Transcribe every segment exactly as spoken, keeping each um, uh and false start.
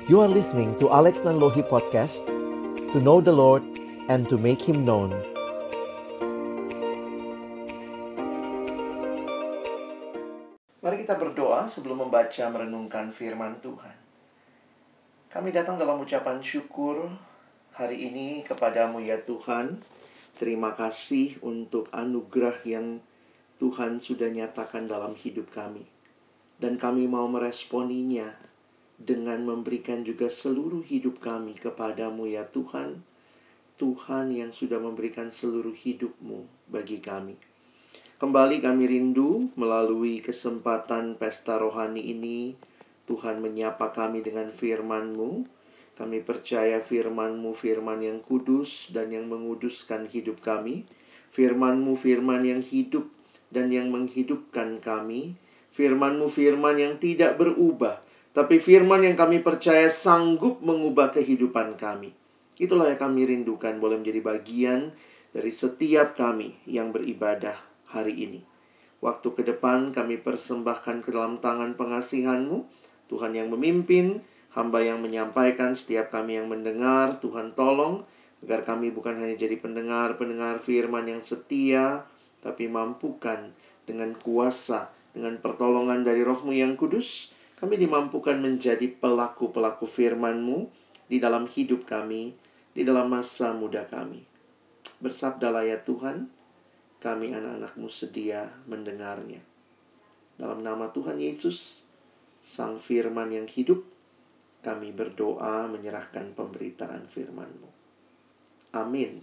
You are listening to Alex Nanlohi Podcast, to know the Lord and to make Him known. Mari kita berdoa sebelum membaca merenungkan firman Tuhan. Kami datang dalam ucapan syukur hari ini kepadamu ya Tuhan. Terima kasih untuk anugerah yang Tuhan sudah nyatakan dalam hidup kami. Dan kami mau meresponinya dengan memberikan juga seluruh hidup kami kepadamu ya Tuhan. Tuhan yang sudah memberikan seluruh hidupmu bagi kami. Kembali kami rindu melalui kesempatan pesta rohani ini. Tuhan menyapa kami dengan firman-Mu. Kami percaya firman-Mu firman yang kudus dan yang menguduskan hidup kami. Firman-Mu firman yang hidup dan yang menghidupkan kami. Firman-Mu firman yang tidak berubah, tapi firman yang kami percaya sanggup mengubah kehidupan kami. Itulah yang kami rindukan boleh menjadi bagian dari setiap kami yang beribadah hari ini. Waktu ke depan kami persembahkan ke dalam tangan pengasihan-Mu. Tuhan yang memimpin, hamba yang menyampaikan, setiap kami yang mendengar. Tuhan tolong agar kami bukan hanya jadi pendengar-pendengar firman yang setia, tapi mampukan dengan kuasa, dengan pertolongan dari Roh-Mu yang kudus, kami dimampukan menjadi pelaku-pelaku firman-Mu di dalam hidup kami, di dalam masa muda kami. Bersabdalah ya Tuhan, kami anak-anak-Mu sedia mendengarnya. Dalam nama Tuhan Yesus, Sang Firman yang hidup, kami berdoa menyerahkan pemberitaan firman-Mu. Amin.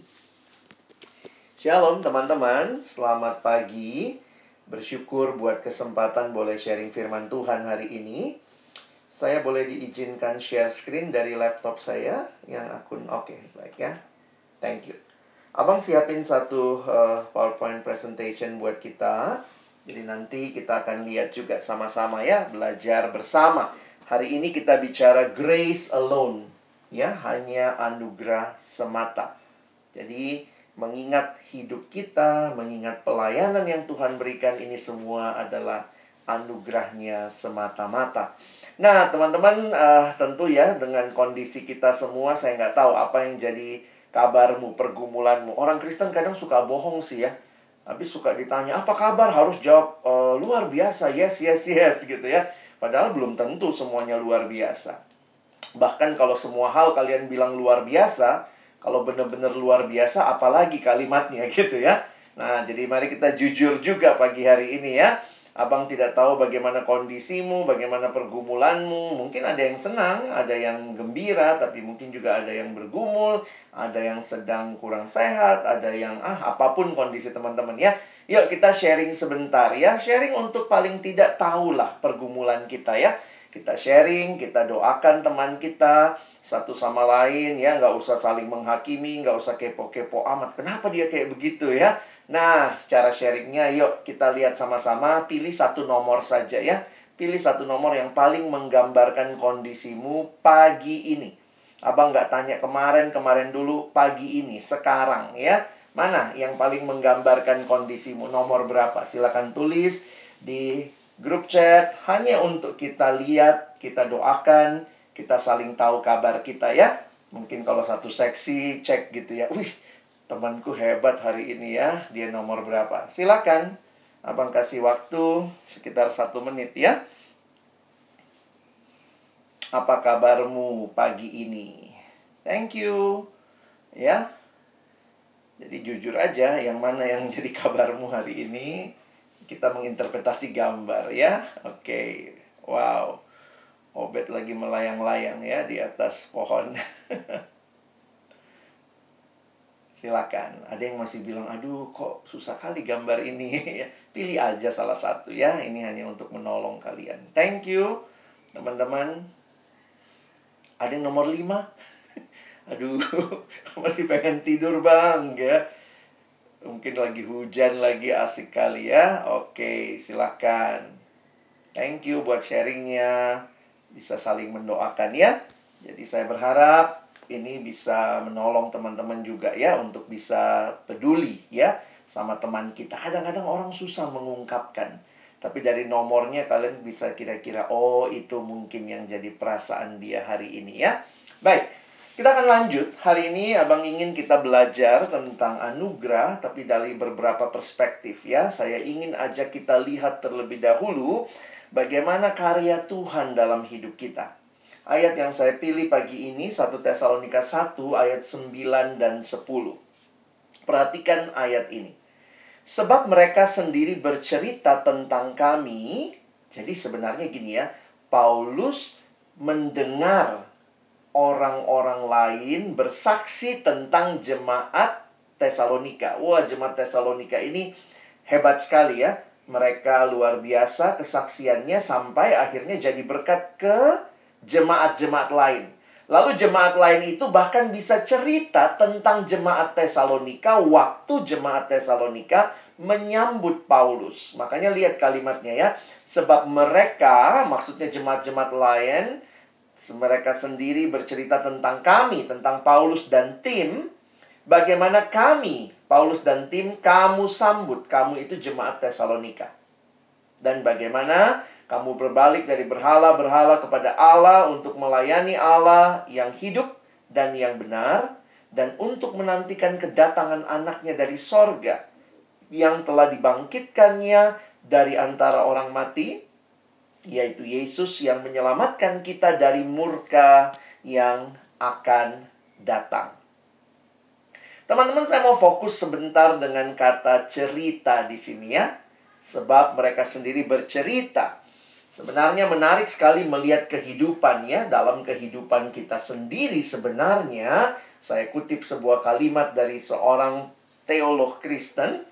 Shalom teman-teman, selamat pagi. Bersyukur buat kesempatan boleh sharing firman Tuhan hari ini. Saya boleh diizinkan share screen dari laptop saya yang akun oke, okay, baik ya. Thank you. Abang siapin satu uh, PowerPoint presentation buat kita. Jadi nanti kita akan lihat juga sama-sama ya, belajar bersama. Hari ini kita bicara grace alone, ya, hanya anugerah semata. Jadi mengingat hidup kita, mengingat pelayanan yang Tuhan berikan, ini semua adalah anugerahnya semata-mata. Nah, teman-teman, uh, tentu ya, dengan kondisi kita semua, saya nggak tahu apa yang jadi kabarmu, pergumulanmu. Orang Kristen kadang suka bohong sih ya. Habis suka ditanya, apa kabar? Harus jawab, e, luar biasa, yes, yes, yes, gitu ya. Padahal belum tentu semuanya luar biasa. Bahkan kalau semua hal kalian bilang luar biasa, kalau benar-benar luar biasa, apalagi kalimatnya gitu ya. Nah, jadi mari kita jujur juga pagi hari ini ya. Abang tidak tahu bagaimana kondisimu, bagaimana pergumulanmu. Mungkin ada yang senang, ada yang gembira, tapi mungkin juga ada yang bergumul, ada yang sedang kurang sehat, ada yang ah apapun kondisi teman-teman ya. Yuk kita sharing sebentar ya. Sharing untuk paling tidak tahulah pergumulan kita ya. Kita sharing, kita doakan teman kita satu sama lain ya, nggak usah saling menghakimi, nggak usah kepo-kepo amat. Kenapa dia kayak begitu ya? Nah, secara sharingnya yuk kita lihat sama-sama. Pilih satu nomor saja ya. Pilih satu nomor yang paling menggambarkan kondisimu pagi ini. Abang nggak tanya kemarin, kemarin dulu, pagi ini, sekarang ya. Mana yang paling menggambarkan kondisimu? Nomor berapa? Silakan tulis di grup chat. Hanya untuk kita lihat, kita doakan, kita saling tahu kabar kita ya. Mungkin kalau satu seksi cek gitu ya. Wih, temanku hebat hari ini ya. Dia nomor berapa? Silakan. Abang kasih waktu sekitar satu menit ya. Apa kabarmu pagi ini? Thank you. Ya. Jadi jujur aja yang mana yang jadi kabarmu hari ini. Kita menginterpretasi gambar ya. Oke. Okay. Wow. Obed lagi melayang-layang ya di atas pohon. Silakan. Ada yang masih bilang, aduh kok susah kali gambar ini. Pilih aja salah satu ya. Ini hanya untuk menolong kalian. Thank you teman-teman. Ada yang nomor lima. Aduh, masih pengen tidur bang ya. Mungkin lagi hujan lagi, asik kali ya. Oke, silakan. Thank you buat sharingnya. Bisa saling mendoakan ya. Jadi saya berharap ini bisa menolong teman-teman juga ya, untuk bisa peduli ya sama teman kita. Kadang-kadang orang susah mengungkapkan. Tapi dari nomornya kalian bisa kira-kira, oh itu mungkin yang jadi perasaan dia hari ini ya. Baik, kita akan lanjut. Hari ini Abang ingin kita belajar tentang anugerah, tapi dari beberapa perspektif ya. Saya ingin ajak kita lihat terlebih dahulu bagaimana karya Tuhan dalam hidup kita. Ayat yang saya pilih pagi ini, satu Tesalonika satu ayat sembilan dan sepuluh. Perhatikan ayat ini. Sebab mereka sendiri bercerita tentang kami. Jadi sebenarnya gini ya, Paulus mendengar orang-orang lain bersaksi tentang jemaat Tesalonika. Wah, jemaat Tesalonika ini hebat sekali ya. Mereka luar biasa kesaksiannya sampai akhirnya jadi berkat ke jemaat-jemaat lain. Lalu jemaat lain itu bahkan bisa cerita tentang jemaat Tesalonika waktu jemaat Tesalonika menyambut Paulus. Makanya lihat kalimatnya ya. Sebab mereka, maksudnya jemaat-jemaat lain, mereka sendiri bercerita tentang kami, tentang Paulus dan tim. Bagaimana kami, Paulus dan tim, kamu sambut. Kamu itu jemaat Tesalonika. Dan bagaimana kamu berbalik dari berhala-berhala kepada Allah untuk melayani Allah yang hidup dan yang benar, dan untuk menantikan kedatangan anaknya dari sorga yang telah dibangkitkannya dari antara orang mati, yaitu Yesus yang menyelamatkan kita dari murka yang akan datang. Teman-teman, saya mau fokus sebentar dengan kata cerita di sini ya. Sebab mereka sendiri bercerita. Sebenarnya menarik sekali melihat kehidupan ya. Dalam kehidupan kita sendiri sebenarnya, saya kutip sebuah kalimat dari seorang teolog Kristen,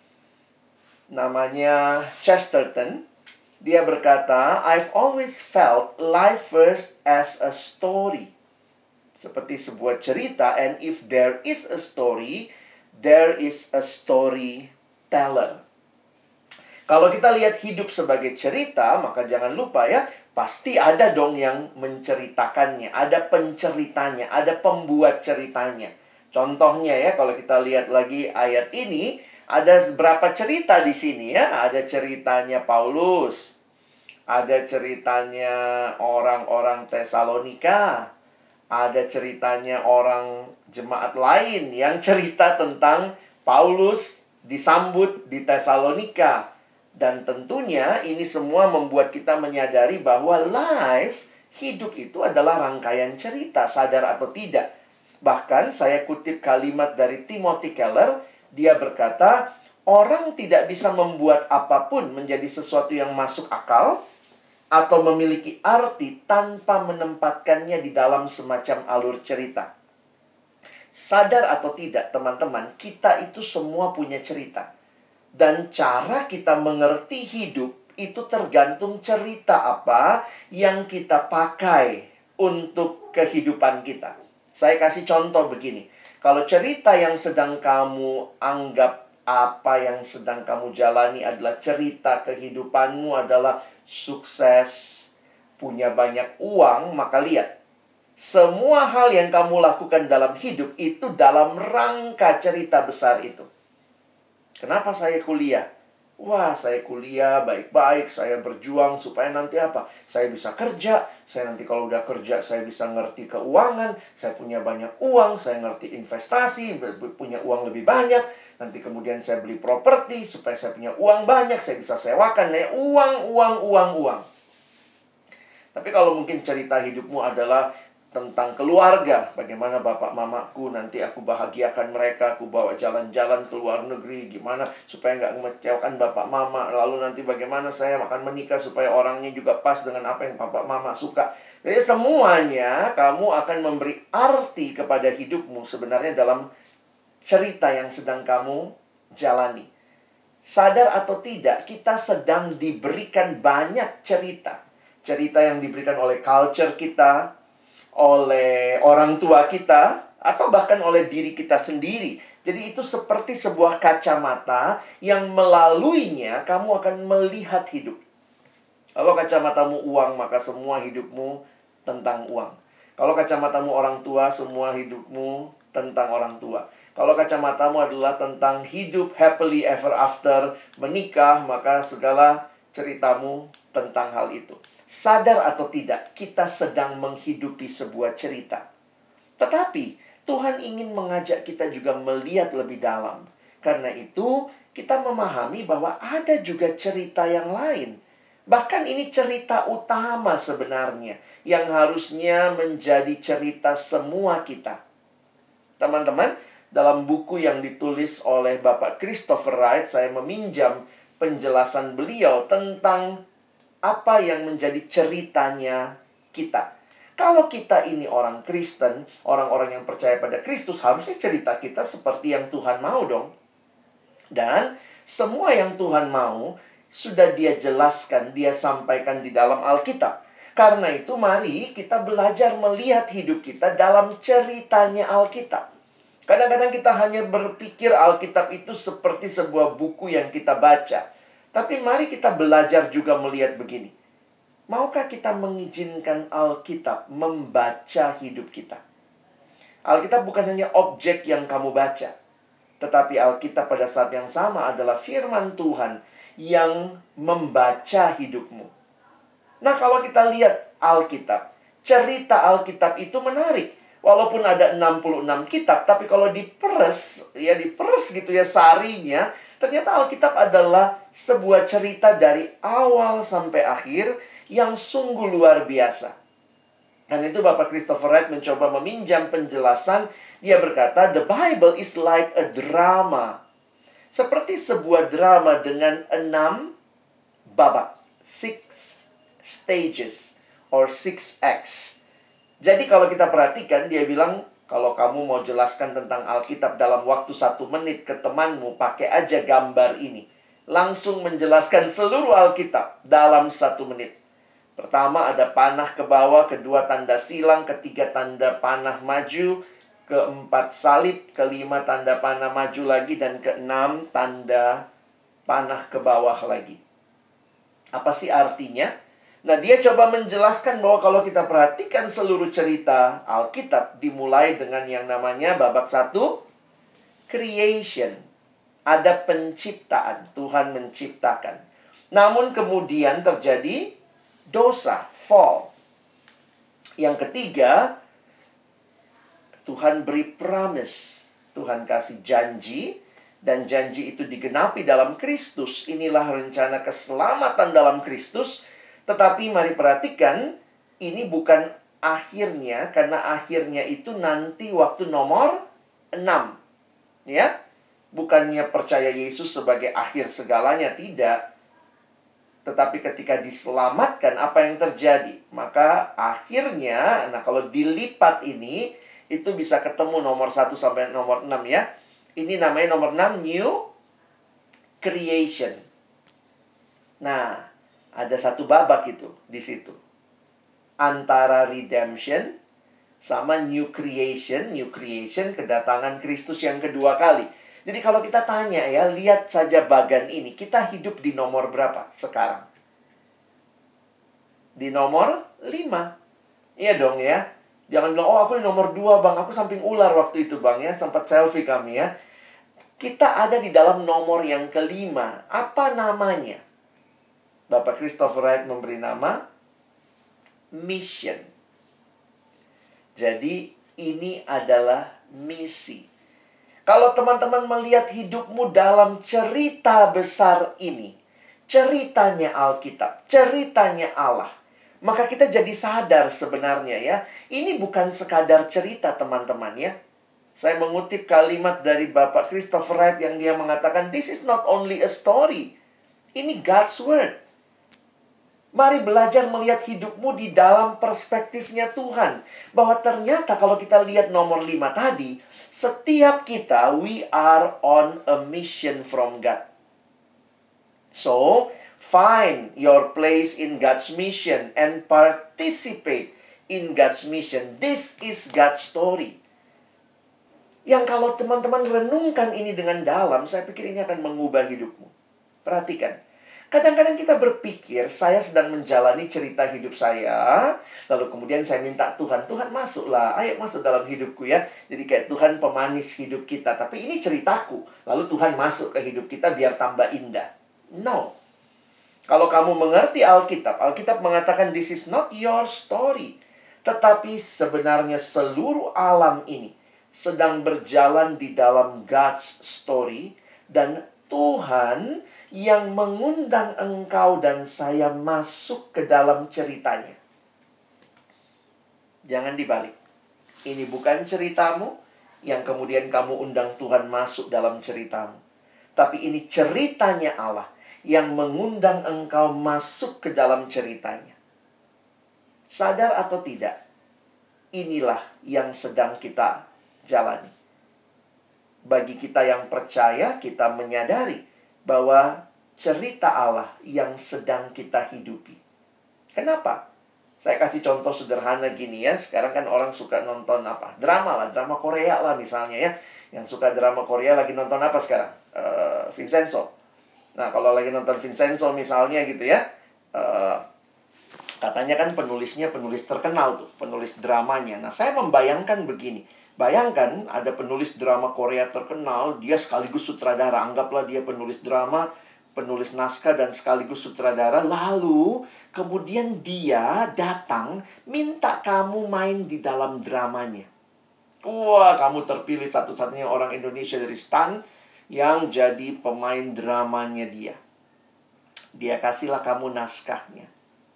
namanya Chesterton. Dia berkata, I've always felt life first as a story. Seperti sebuah cerita, and if there is a story, there is a storyteller. Kalau kita lihat hidup sebagai cerita, maka jangan lupa ya, pasti ada dong yang menceritakannya, ada penceritanya, ada pembuat ceritanya. Contohnya ya, kalau kita lihat lagi ayat ini, ada berapa cerita di sini ya? Ada ceritanya Paulus, ada ceritanya orang-orang Tesalonika, ada ceritanya orang jemaat lain yang cerita tentang Paulus disambut di Tesalonika. Dan tentunya ini semua membuat kita menyadari bahwa life, hidup itu adalah rangkaian cerita, sadar atau tidak. Bahkan saya kutip kalimat dari Timothy Keller, dia berkata, orang tidak bisa membuat apapun menjadi sesuatu yang masuk akal atau memiliki arti tanpa menempatkannya di dalam semacam alur cerita. Sadar atau tidak, teman-teman, kita itu semua punya cerita. Dan cara kita mengerti hidup itu tergantung cerita apa yang kita pakai untuk kehidupan kita. Saya kasih contoh begini. Kalau cerita yang sedang kamu anggap apa yang sedang kamu jalani adalah cerita kehidupanmu adalah sukses, punya banyak uang, maka lihat. Semua hal yang kamu lakukan dalam hidup itu dalam rangka cerita besar itu. Kenapa saya kuliah? Wah, saya kuliah baik-baik, saya berjuang supaya nanti apa? Saya bisa kerja, saya nanti kalau udah kerja, saya bisa ngerti keuangan, saya punya banyak uang, saya ngerti investasi, punya uang lebih banyak. Nanti kemudian saya beli properti, supaya saya punya uang banyak, saya bisa sewakan. Nah, uang, uang, uang, uang. Tapi kalau mungkin cerita hidupmu adalah tentang keluarga, bagaimana bapak mamaku, nanti aku bahagiakan mereka, aku bawa jalan-jalan ke luar negeri, gimana supaya nggak mengecewakan bapak mama, lalu nanti bagaimana saya akan menikah supaya orangnya juga pas dengan apa yang bapak mama suka. Jadi semuanya kamu akan memberi arti kepada hidupmu sebenarnya dalam cerita yang sedang kamu jalani. Sadar atau tidak, kita sedang diberikan banyak cerita. Cerita yang diberikan oleh culture kita, oleh orang tua kita, atau bahkan oleh diri kita sendiri. Jadi itu seperti sebuah kacamata yang melaluinya kamu akan melihat hidup. Kalau kacamatamu uang, maka semua hidupmu tentang uang. Kalau kacamatamu orang tua, semua hidupmu tentang orang tua. Kalau kacamatamu adalah tentang hidup happily ever after, menikah, maka segala ceritamu tentang hal itu. Sadar atau tidak, kita sedang menghidupi sebuah cerita. Tetapi Tuhan ingin mengajak kita juga melihat lebih dalam. Karena itu, kita memahami bahwa ada juga cerita yang lain. Bahkan ini cerita utama sebenarnya, yang harusnya menjadi cerita semua kita. Teman-teman, dalam buku yang ditulis oleh Bapak Christopher Wright, saya meminjam penjelasan beliau tentang apa yang menjadi ceritanya kita. Kalau kita ini orang Kristen, orang-orang yang percaya pada Kristus, harusnya cerita kita seperti yang Tuhan mau dong. Dan semua yang Tuhan mau sudah Dia jelaskan, Dia sampaikan di dalam Alkitab. Karena itu mari kita belajar melihat hidup kita dalam ceritanya Alkitab. Kadang-kadang kita hanya berpikir Alkitab itu seperti sebuah buku yang kita baca. Tapi mari kita belajar juga melihat begini. Maukah kita mengizinkan Alkitab membaca hidup kita? Alkitab bukan hanya objek yang kamu baca. Tetapi Alkitab pada saat yang sama adalah firman Tuhan yang membaca hidupmu. Nah, kalau kita lihat Alkitab, cerita Alkitab itu menarik. Walaupun ada enam puluh enam kitab, tapi kalau diperes, ya diperes gitu ya sarinya, ternyata Alkitab adalah sebuah cerita dari awal sampai akhir yang sungguh luar biasa. Dan itu Bapak Christopher Wright mencoba meminjam penjelasan. Dia berkata, the Bible is like a drama. Seperti sebuah drama dengan enam babak. Six stages or six acts. Jadi kalau kita perhatikan, dia bilang, kalau kamu mau jelaskan tentang Alkitab dalam waktu satu menit ke temanmu, pakai aja gambar ini. Langsung menjelaskan seluruh Alkitab dalam satu menit. Pertama ada panah ke bawah, kedua tanda silang, ketiga tanda panah maju, keempat salib, kelima tanda panah maju lagi, dan keenam tanda panah ke bawah lagi. Apa sih artinya? Nah, dia coba menjelaskan bahwa kalau kita perhatikan seluruh cerita Alkitab dimulai dengan yang namanya babak satu, creation. Ada penciptaan, Tuhan menciptakan. Namun kemudian terjadi dosa, fall. Yang ketiga, Tuhan beri promise. Tuhan kasih janji, dan janji itu digenapi dalam Kristus. Inilah rencana keselamatan dalam Kristus. Tetapi mari perhatikan, ini bukan akhirnya, karena akhirnya itu nanti waktu nomor enam. Ya, bukannya percaya Yesus sebagai akhir segalanya, tidak. Tetapi ketika diselamatkan, apa yang terjadi? Maka akhirnya, nah kalau dilipat ini, itu bisa ketemu nomor satu sampai nomor enam ya. Ini namanya nomor enam, new creation. Nah, ada satu babak itu di situ. Antara redemption sama new creation. New creation, kedatangan Kristus yang kedua kali. Jadi kalau kita tanya ya, lihat saja bagan ini. Kita hidup di nomor berapa sekarang? Di nomor lima. Iya dong ya. Jangan bilang, oh aku di nomor dua bang. Aku samping ular waktu itu bang ya. Sempat selfie kami ya. Kita ada di dalam nomor yang kelima. Apa namanya? Bapak Christopher Wright memberi nama mission. Jadi ini adalah misi. Kalau teman-teman melihat hidupmu dalam cerita besar ini, ceritanya Alkitab, ceritanya Allah, maka kita jadi sadar sebenarnya ya, ini bukan sekadar cerita teman-teman ya. Saya mengutip kalimat dari Bapak Christopher Wright yang dia mengatakan, this is not only a story. Ini God's word. Mari belajar melihat hidupmu di dalam perspektifnya Tuhan. Bahwa ternyata kalau kita lihat nomor lima tadi, setiap kita, we are on a mission from God. So, find your place in God's mission and participate in God's mission. This is God's story. Yang kalau teman-teman renungkan ini dengan dalam, saya pikir ini akan mengubah hidupmu. Perhatikan. Kadang-kadang kita berpikir, saya sedang menjalani cerita hidup saya, lalu kemudian saya minta Tuhan, Tuhan masuklah, ayo masuk dalam hidupku ya. Jadi kayak Tuhan pemanis hidup kita, tapi ini ceritaku. Lalu Tuhan masuk ke hidup kita biar tambah indah. No. Kalau kamu mengerti Alkitab, Alkitab mengatakan this is not your story. Tetapi sebenarnya seluruh alam ini sedang berjalan di dalam God's story. Dan Tuhan yang mengundang engkau dan saya masuk ke dalam ceritanya. Jangan dibalik. Ini bukan ceritamu yang kemudian kamu undang Tuhan masuk dalam ceritamu. Tapi ini ceritanya Allah yang mengundang engkau masuk ke dalam ceritanya. Sadar atau tidak, inilah yang sedang kita jalani. Bagi kita yang percaya, kita menyadari bahwa cerita Allah yang sedang kita hidupi. Kenapa? Saya kasih contoh sederhana gini ya. Sekarang kan orang suka nonton apa? Drama lah, drama Korea lah misalnya ya. Yang suka drama Korea lagi nonton apa sekarang? Uh, Vincenzo. Nah, kalau lagi nonton Vincenzo misalnya gitu ya. Uh, katanya kan penulisnya penulis terkenal tuh. Penulis dramanya. Nah, saya membayangkan begini. Bayangkan ada penulis drama Korea terkenal. Dia sekaligus sutradara. Anggaplah dia penulis drama, penulis naskah dan sekaligus sutradara. Lalu kemudian dia datang minta kamu main di dalam dramanya. Wah, kamu terpilih satu-satunya orang Indonesia dari Stan yang jadi pemain dramanya dia. Dia kasihlah kamu naskahnya.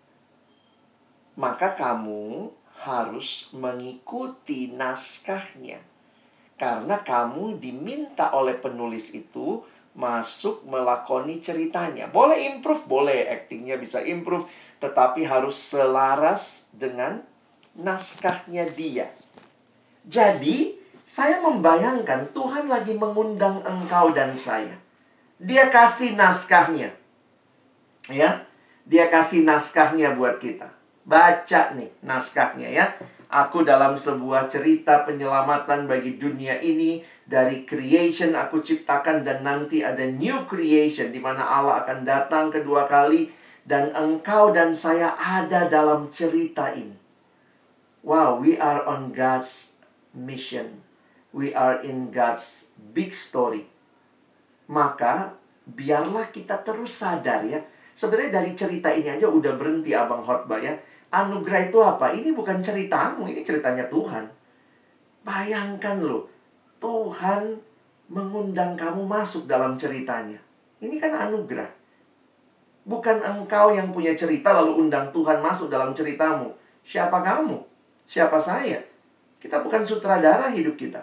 Maka kamu harus mengikuti naskahnya. Karena kamu diminta oleh penulis itu masuk melakoni ceritanya. Boleh improve, boleh. Actingnya bisa improve. Tetapi harus selaras dengan naskahnya dia. Jadi, saya membayangkan Tuhan lagi mengundang engkau dan saya. Dia kasih naskahnya. Ya, dia kasih naskahnya buat kita. Baca nih naskahnya ya. Aku dalam sebuah cerita penyelamatan bagi dunia ini. Dari creation aku ciptakan dan nanti ada new creation. Di mana Allah akan datang kedua kali. Dan engkau dan saya ada dalam cerita ini. Wow, we are on God's mission. We are in God's big story. Maka, biarlah kita terus sadar ya. Sebenarnya dari cerita ini aja udah berhenti Abang khotbah ya. Anugerah itu apa? Ini bukan ceritamu, ini ceritanya Tuhan. Bayangkan loh, Tuhan mengundang kamu masuk dalam ceritanya. Ini kan anugerah. Bukan engkau yang punya cerita lalu undang Tuhan masuk dalam ceritamu. Siapa kamu? Siapa saya? Kita bukan sutradara hidup kita.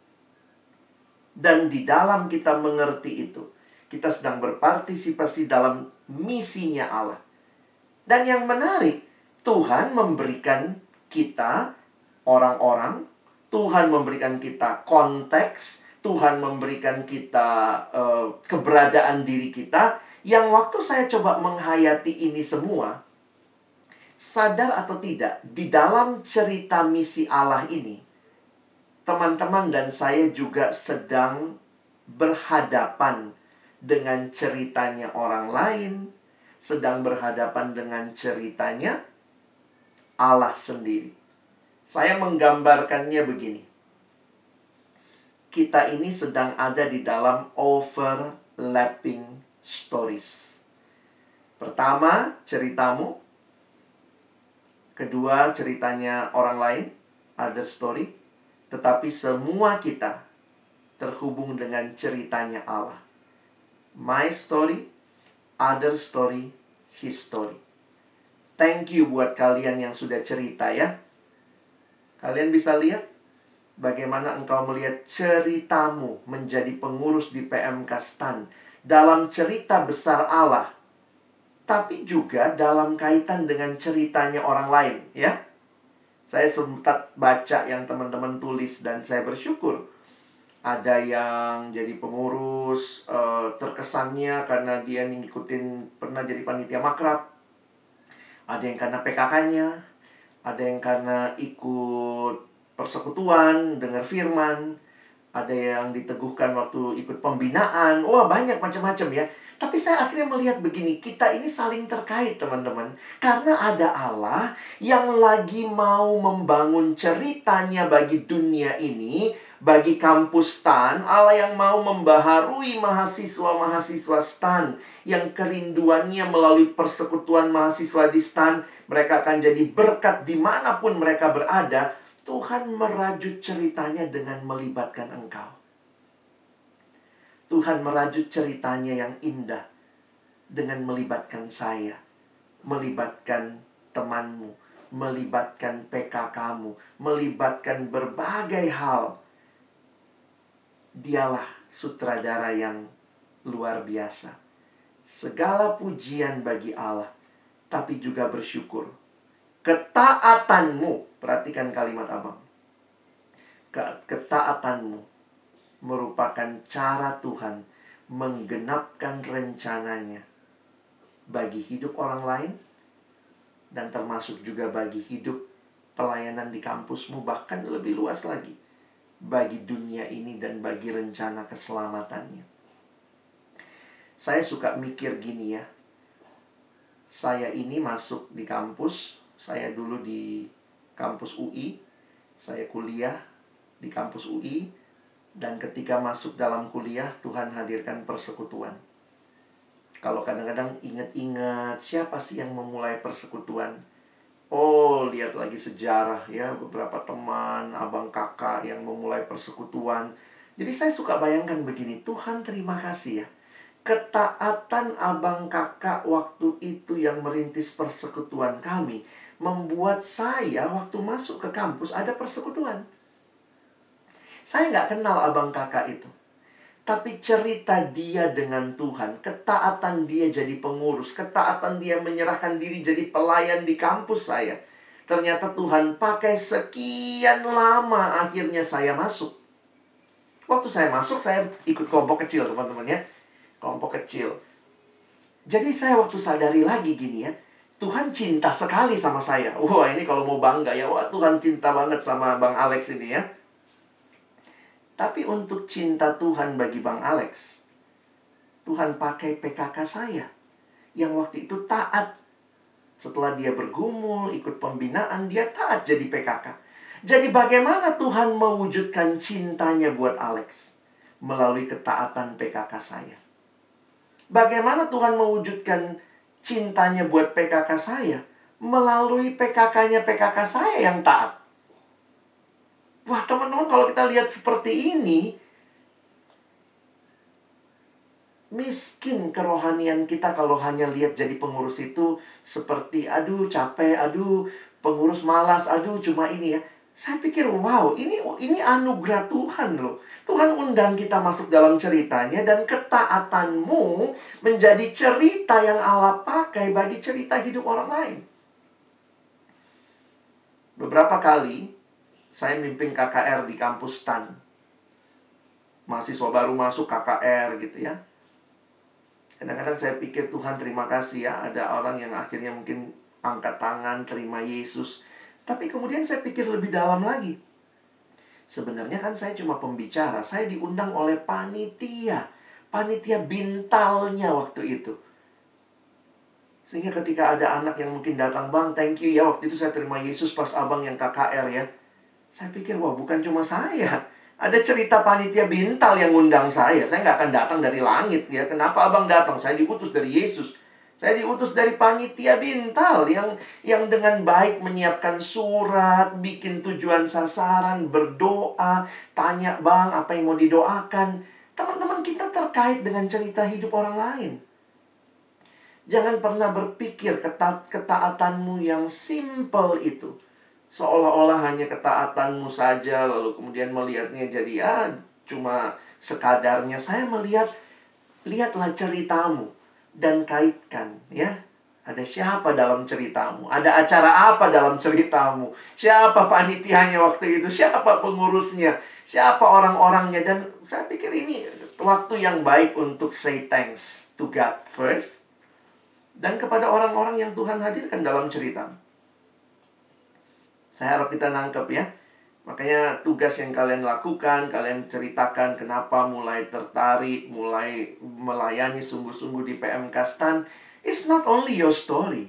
Dan di dalam kita mengerti itu, kita sedang berpartisipasi dalam misinya Allah. Dan yang menarik, Tuhan memberikan kita orang-orang, Tuhan memberikan kita konteks, Tuhan memberikan kita uh, keberadaan diri kita. Yang waktu saya coba menghayati ini semua, sadar atau tidak, di dalam cerita misi Allah ini, teman-teman dan saya juga sedang berhadapan dengan ceritanya orang lain, sedang berhadapan dengan ceritanya Allah sendiri. Saya menggambarkannya begini. Kita ini sedang ada di dalam overlapping stories. Pertama, ceritamu. Kedua, ceritanya orang lain, other story. Tetapi semua kita terhubung dengan ceritanya Allah. My story, other story, his story. Thank you buat kalian yang sudah cerita ya. Kalian bisa lihat bagaimana engkau melihat ceritamu menjadi pengurus di P M K Stan dalam cerita besar Allah, tapi juga dalam kaitan dengan ceritanya orang lain ya. Saya sempat baca yang teman-teman tulis dan saya bersyukur. Ada yang jadi pengurus, uh, terkesannya karena dia ngikutin, pernah jadi panitia makrab. Ada yang karena P K K-nya, ada yang karena ikut persekutuan, dengar firman, ada yang diteguhkan waktu ikut pembinaan. Wah, banyak macam-macam ya. Tapi saya akhirnya melihat begini, kita ini saling terkait teman-teman. Karena ada Allah yang lagi mau membangun ceritanya bagi dunia ini, Bagi kampus STAN, Allah yang mau membaharui mahasiswa-mahasiswa STAN yang kerinduannya melalui persekutuan mahasiswa di STAN, mereka akan jadi berkat dimanapun mereka berada. Tuhan merajut ceritanya dengan melibatkan engkau. Tuhan merajut ceritanya yang indah dengan melibatkan saya, melibatkan temanmu, melibatkan P K K-mu, melibatkan berbagai hal. Dialah sutradara yang luar biasa. Segala pujian bagi Allah, tapi juga bersyukur. Ketaatanmu, perhatikan kalimat abang. Ketaatanmu merupakan cara Tuhan menggenapkan rencananya bagi hidup orang lain, dan termasuk juga bagi hidup pelayanan di kampusmu, bahkan lebih luas lagi, bagi dunia ini dan bagi rencana keselamatannya. Saya suka mikir gini ya, saya ini masuk di kampus, saya dulu di kampus U I, saya kuliah di kampus U I, dan ketika masuk dalam kuliah, Tuhan hadirkan persekutuan. Kalau kadang-kadang ingat-ingat, siapa sih yang memulai persekutuan? Oh, lihat lagi sejarah ya, beberapa teman, abang kakak yang memulai persekutuan. Jadi saya suka bayangkan begini, Tuhan terima kasih ya. Ketaatan abang kakak waktu itu yang merintis persekutuan kami, membuat saya waktu masuk ke kampus ada persekutuan. Saya nggak kenal abang kakak itu. Tapi cerita dia dengan Tuhan, ketaatan dia jadi pengurus, ketaatan dia menyerahkan diri jadi pelayan di kampus saya. Ternyata Tuhan pakai sekian lama, akhirnya saya masuk. Waktu saya masuk, saya ikut kelompok kecil, teman-teman ya. Kelompok kecil. Jadi saya waktu sadari lagi gini ya, Tuhan cinta sekali sama saya. Wah, ini kalau mau bangga ya, wah Tuhan cinta banget sama Bang Alex ini ya. Tapi untuk cinta Tuhan bagi Bang Alex, Tuhan pakai P K K saya yang waktu itu taat. Setelah dia bergumul, ikut pembinaan, dia taat jadi P K K. Jadi bagaimana Tuhan mewujudkan cintanya buat Alex? Melalui ketaatan P K K saya. Bagaimana Tuhan mewujudkan cintanya buat P K K saya? Melalui P K K-nya P K K saya yang taat. Wah, teman-teman, kalau kita lihat seperti ini, miskin kerohanian kita kalau hanya lihat jadi pengurus itu seperti, aduh capek, aduh pengurus malas, aduh cuma ini ya. Saya pikir, wow, ini ini anugerah Tuhan loh. Tuhan undang kita masuk dalam ceritanya, dan ketaatanmu menjadi cerita yang Allah pakai bagi cerita hidup orang lain. Beberapa kali saya mimpin K K R di kampus STAN. Mahasiswa baru masuk K K R gitu ya. Kadang-kadang saya pikir, Tuhan terima kasih ya, ada orang yang akhirnya mungkin angkat tangan, terima Yesus. Tapi kemudian saya pikir lebih dalam lagi. Sebenarnya kan saya cuma pembicara. Saya diundang oleh panitia. Panitia bintalnya waktu itu. Sehingga ketika ada anak yang mungkin datang, Bang, thank you ya, waktu itu saya terima Yesus pas abang yang K K R ya. Saya pikir, wah bukan cuma saya. Ada cerita panitia bintal yang ngundang saya. Saya nggak akan datang dari langit ya. Kenapa abang datang? Saya diutus dari Yesus. Saya diutus dari panitia bintal yang yang dengan baik menyiapkan surat, bikin tujuan sasaran, berdoa, tanya bang apa yang mau didoakan. Teman-teman kita terkait dengan cerita hidup orang lain. Jangan pernah berpikir keta ketaatanmu yang simple itu seolah-olah hanya ketaatanmu saja, lalu kemudian melihatnya jadi ya cuma sekadarnya. Saya melihat, lihatlah ceritamu dan kaitkan ya. Ada siapa dalam ceritamu? Ada acara apa dalam ceritamu? Siapa panitianya waktu itu? Siapa pengurusnya? Siapa orang-orangnya? Dan saya pikir ini waktu yang baik untuk say thanks to God first, dan kepada orang-orang yang Tuhan hadirkan dalam ceritamu. Saya harap kita nangkep ya. Makanya tugas yang kalian lakukan, kalian ceritakan kenapa mulai tertarik, mulai melayani sungguh-sungguh di P M K STAN. It's not only your story.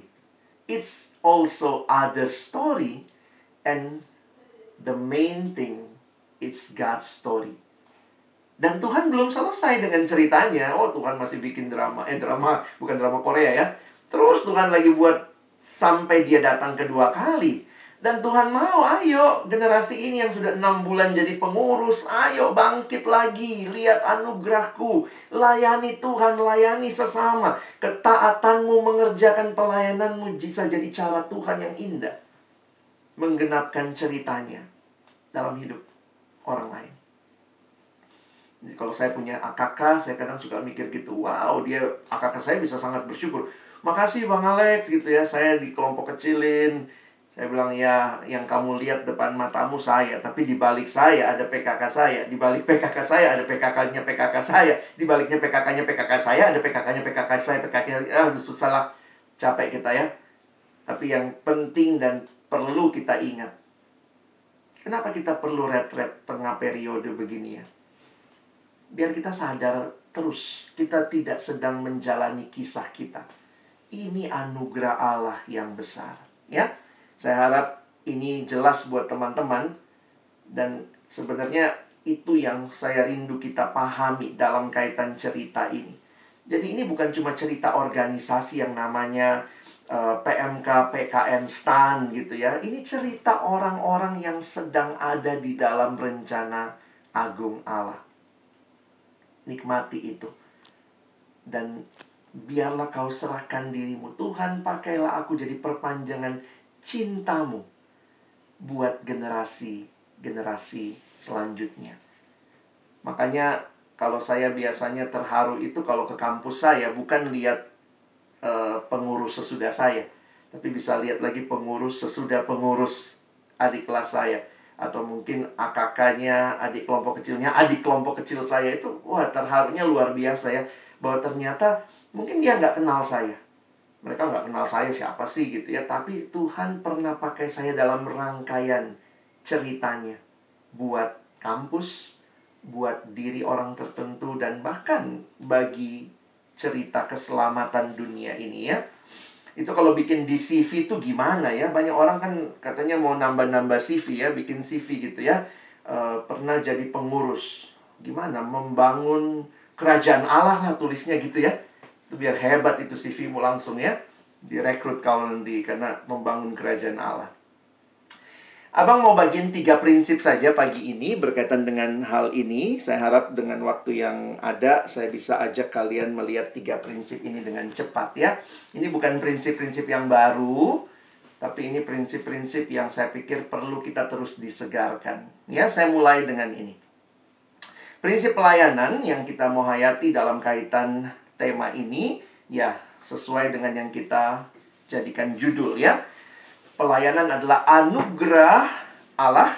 It's also other story. And the main thing, It's God's story. Dan Tuhan belum selesai dengan ceritanya. Oh, Tuhan masih bikin drama. Eh, drama, bukan drama Korea ya. Terus Tuhan lagi buat sampai dia datang kedua kali. Dan Tuhan mau, ayo generasi ini yang sudah enam bulan jadi pengurus, ayo bangkit lagi, lihat anugerahku, layani Tuhan, layani sesama. Ketaatanmu mengerjakan pelayananmu bisa jadi cara Tuhan yang indah menggenapkan ceritanya dalam hidup orang lain. Jadi kalau saya punya A K K, saya kadang suka mikir gitu, wow, dia A K K saya bisa sangat bersyukur. Makasih Bang Alex gitu ya, saya di kelompok kecilin. Saya bilang, ya, yang kamu lihat depan matamu saya, tapi di balik saya ada P K K saya, di balik P K K saya ada P K K-nya P K K saya, di baliknya P K K-nya P K K saya ada P K K-nya P K K saya, P K K-nya, ah, susah lah, capek kita ya. Tapi yang penting dan perlu kita ingat, kenapa kita perlu retret tengah periode begini ya? Biar kita sadar terus, kita tidak sedang menjalani kisah kita. Ini anugerah Allah yang besar, ya. Saya harap ini jelas buat teman-teman. Dan sebenarnya itu yang saya rindu kita pahami dalam kaitan cerita ini. Jadi ini bukan cuma cerita organisasi yang namanya uh, P M K, P K N, STAN gitu ya. Ini cerita orang-orang yang sedang ada di dalam rencana agung Allah. Nikmati itu. Dan biarlah kau serahkan dirimu. Tuhan, pakailah aku jadi perpanjangan cintamu buat generasi-generasi selanjutnya. Makanya kalau saya biasanya terharu itu kalau ke kampus saya, bukan lihat uh, pengurus sesudah saya, tapi bisa lihat lagi pengurus sesudah pengurus adik kelas saya. Atau mungkin A K K-nya, adik kelompok kecilnya, adik kelompok kecil saya itu, wah, terharunya luar biasa ya. Bahwa ternyata mungkin dia nggak kenal saya. Mereka nggak kenal saya siapa sih gitu ya. Tapi Tuhan pernah pakai saya dalam rangkaian ceritanya. Buat kampus, buat diri orang tertentu, dan bahkan bagi cerita keselamatan dunia ini ya. Itu kalau bikin di C V itu gimana ya. Banyak orang kan katanya mau nambah-nambah C V ya. Bikin C V gitu ya. e, Pernah jadi pengurus. Gimana? Membangun kerajaan Allah lah tulisnya gitu ya. Itu biar hebat itu C V-mu langsung ya. Direkrut kau nanti karena membangun kerajaan Allah. Abang mau bagiin tiga prinsip saja pagi ini berkaitan dengan hal ini. Saya harap dengan waktu yang ada, saya bisa ajak kalian melihat tiga prinsip ini dengan cepat ya. Ini bukan prinsip-prinsip yang baru, tapi ini prinsip-prinsip yang saya pikir perlu kita terus disegarkan. Ya, saya mulai dengan ini. Prinsip pelayanan yang kita mau hayati dalam kaitan tema ini, ya sesuai dengan yang kita jadikan judul ya. Pelayanan adalah anugerah Allah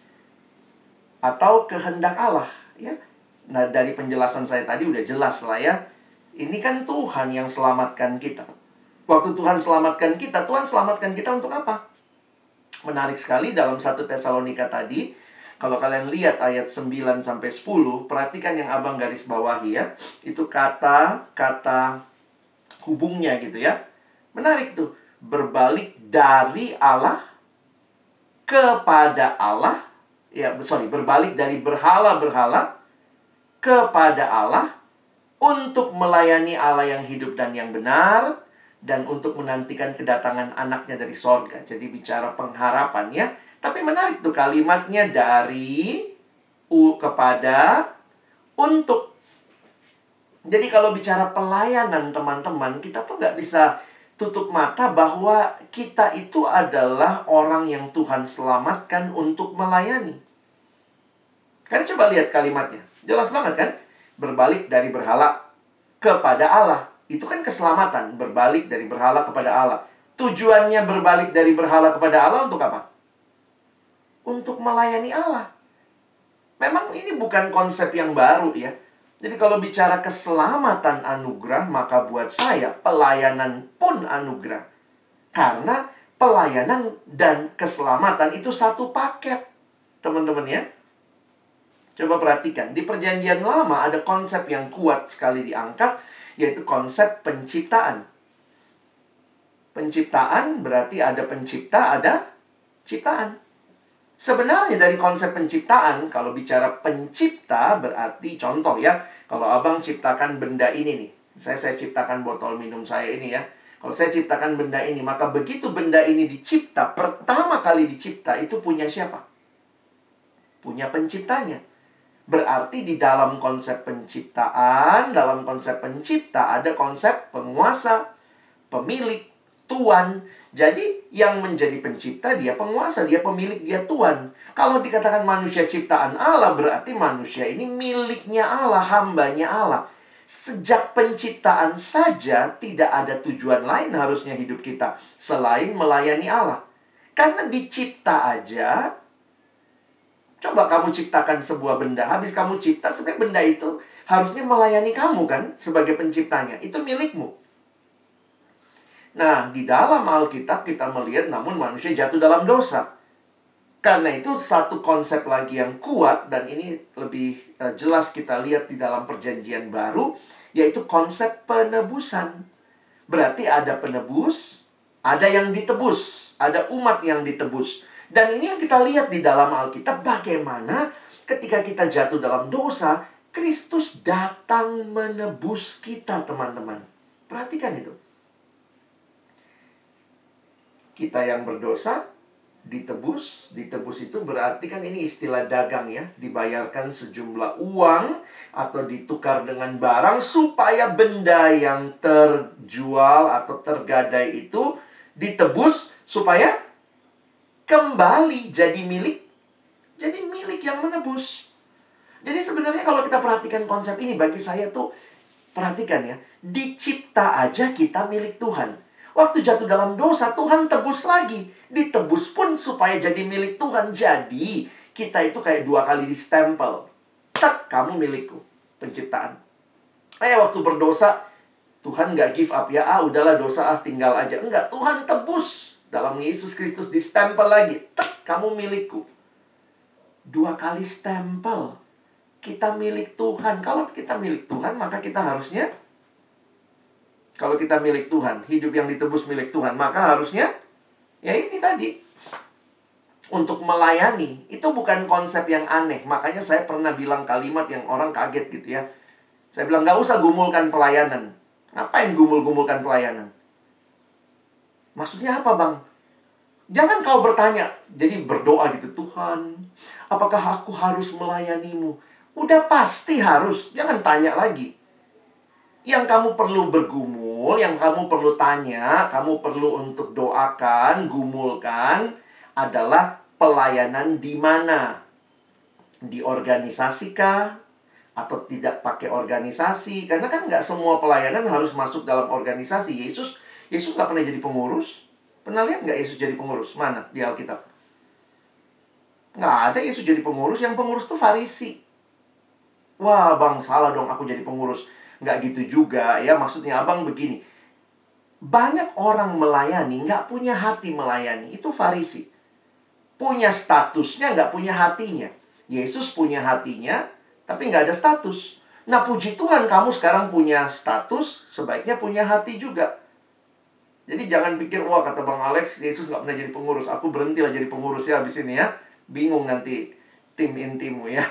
atau kehendak Allah ya. Nah, dari penjelasan saya tadi udah jelas lah ya. Ini kan Tuhan yang selamatkan kita. Waktu Tuhan selamatkan kita, Tuhan selamatkan kita untuk apa? Menarik sekali dalam satu Tesalonika tadi. Kalau kalian lihat ayat sembilan sampai sepuluh, perhatikan yang abang garis bawahi ya. Itu kata-kata hubungnya gitu ya. Menarik tuh. Berbalik dari Allah kepada Allah. Ya, sorry, berbalik dari berhala-berhala kepada Allah untuk melayani Allah yang hidup dan yang benar, dan untuk menantikan kedatangan anaknya dari sorga. Jadi bicara pengharapan ya. Tapi menarik tuh kalimatnya, dari u kepada untuk. Jadi kalau bicara pelayanan teman-teman, kita tuh nggak bisa tutup mata bahwa kita itu adalah orang yang Tuhan selamatkan untuk melayani. Kalian coba lihat kalimatnya. Jelas banget kan? Berbalik dari berhala kepada Allah. Itu kan keselamatan. Berbalik dari berhala kepada Allah. Tujuannya berbalik dari berhala kepada Allah untuk apa? Untuk melayani Allah. Memang ini bukan konsep yang baru ya. Jadi kalau bicara keselamatan anugerah, maka buat saya pelayanan pun anugerah. Karena pelayanan dan keselamatan itu satu paket, teman-teman ya. Coba perhatikan, di Perjanjian Lama ada konsep yang kuat sekali diangkat, yaitu konsep penciptaan. Penciptaan berarti ada pencipta, ada ciptaan. Sebenarnya dari konsep penciptaan, kalau bicara pencipta berarti contoh ya, kalau abang ciptakan benda ini nih, saya saya ciptakan botol minum saya ini ya. Kalau saya ciptakan benda ini, maka begitu benda ini dicipta, pertama kali dicipta itu punya siapa? Punya penciptanya. Berarti di dalam konsep penciptaan, dalam konsep pencipta ada konsep penguasa, pemilik, tuan. Jadi yang menjadi pencipta dia penguasa, dia pemilik, dia tuan. Kalau dikatakan manusia ciptaan Allah, berarti manusia ini miliknya Allah, hambanya Allah. Sejak penciptaan saja tidak ada tujuan lain harusnya hidup kita selain melayani Allah. Karena dicipta aja, coba kamu ciptakan sebuah benda, habis kamu cipta, sebenarnya benda itu harusnya melayani kamu kan sebagai penciptanya. Itu milikmu. Nah, di dalam Alkitab kita melihat namun manusia jatuh dalam dosa. Karena itu satu konsep lagi yang kuat, dan ini lebih uh, jelas kita lihat di dalam perjanjian baru, yaitu konsep penebusan. Berarti ada penebus, ada yang ditebus, ada umat yang ditebus. Dan ini yang kita lihat di dalam Alkitab, bagaimana ketika kita jatuh dalam dosa, Kristus datang menebus kita, teman-teman. Perhatikan itu. Kita yang berdosa ditebus. Ditebus itu berarti kan ini istilah dagang ya, dibayarkan sejumlah uang atau ditukar dengan barang supaya benda yang terjual atau tergadai itu ditebus supaya kembali jadi milik, jadi milik yang menebus. Jadi sebenarnya kalau kita perhatikan konsep ini, bagi saya tuh, perhatikan ya, dicipta aja kita milik Tuhan. Waktu jatuh dalam dosa, Tuhan tebus lagi. Ditebus pun supaya jadi milik Tuhan. Jadi, kita itu kayak dua kali di stempel. Tak, kamu milikku. Penciptaan. Eh, waktu berdosa, Tuhan nggak give up ya. Ah, udahlah dosa, ah tinggal aja. Enggak, Tuhan tebus. Dalam Yesus Kristus di stempel lagi. Tak, kamu milikku. Dua kali stempel. Kita milik Tuhan. Kalau kita milik Tuhan, maka kita harusnya, kalau kita milik Tuhan, hidup yang ditebus milik Tuhan, maka harusnya, ya ini tadi, untuk melayani. Itu bukan konsep yang aneh. Makanya saya pernah bilang kalimat yang orang kaget gitu ya. Saya bilang, gak usah gumulkan pelayanan. Ngapain gumul-gumulkan pelayanan? Maksudnya apa, Bang? Jangan kau bertanya, jadi berdoa gitu, Tuhan, apakah aku harus melayanimu? Udah pasti harus, jangan tanya lagi. Yang kamu perlu bergumul, yang kamu perlu tanya, kamu perlu untuk doakan, gumulkan, adalah pelayanan di mana? Di organisasi kah? Atau tidak pakai organisasi? Karena kan nggak semua pelayanan harus masuk dalam organisasi. Yesus, Yesus nggak pernah jadi pengurus. Pernah lihat nggak Yesus jadi pengurus? Mana di Alkitab? Nggak ada Yesus jadi pengurus. Yang pengurus tuh Farisi. Wah, Bang, salah dong aku jadi pengurus. Nggak gitu juga ya, maksudnya abang begini, banyak orang melayani nggak punya hati melayani. Itu Farisi. Punya statusnya, nggak punya hatinya. Yesus punya hatinya, tapi nggak ada status. Nah, puji Tuhan kamu sekarang punya status, sebaiknya punya hati juga. Jadi jangan pikir, wah kata Bang Alex, Yesus nggak pernah jadi pengurus, aku berhentilah jadi pengurus ya habis ini ya. Bingung nanti tim intimu ya.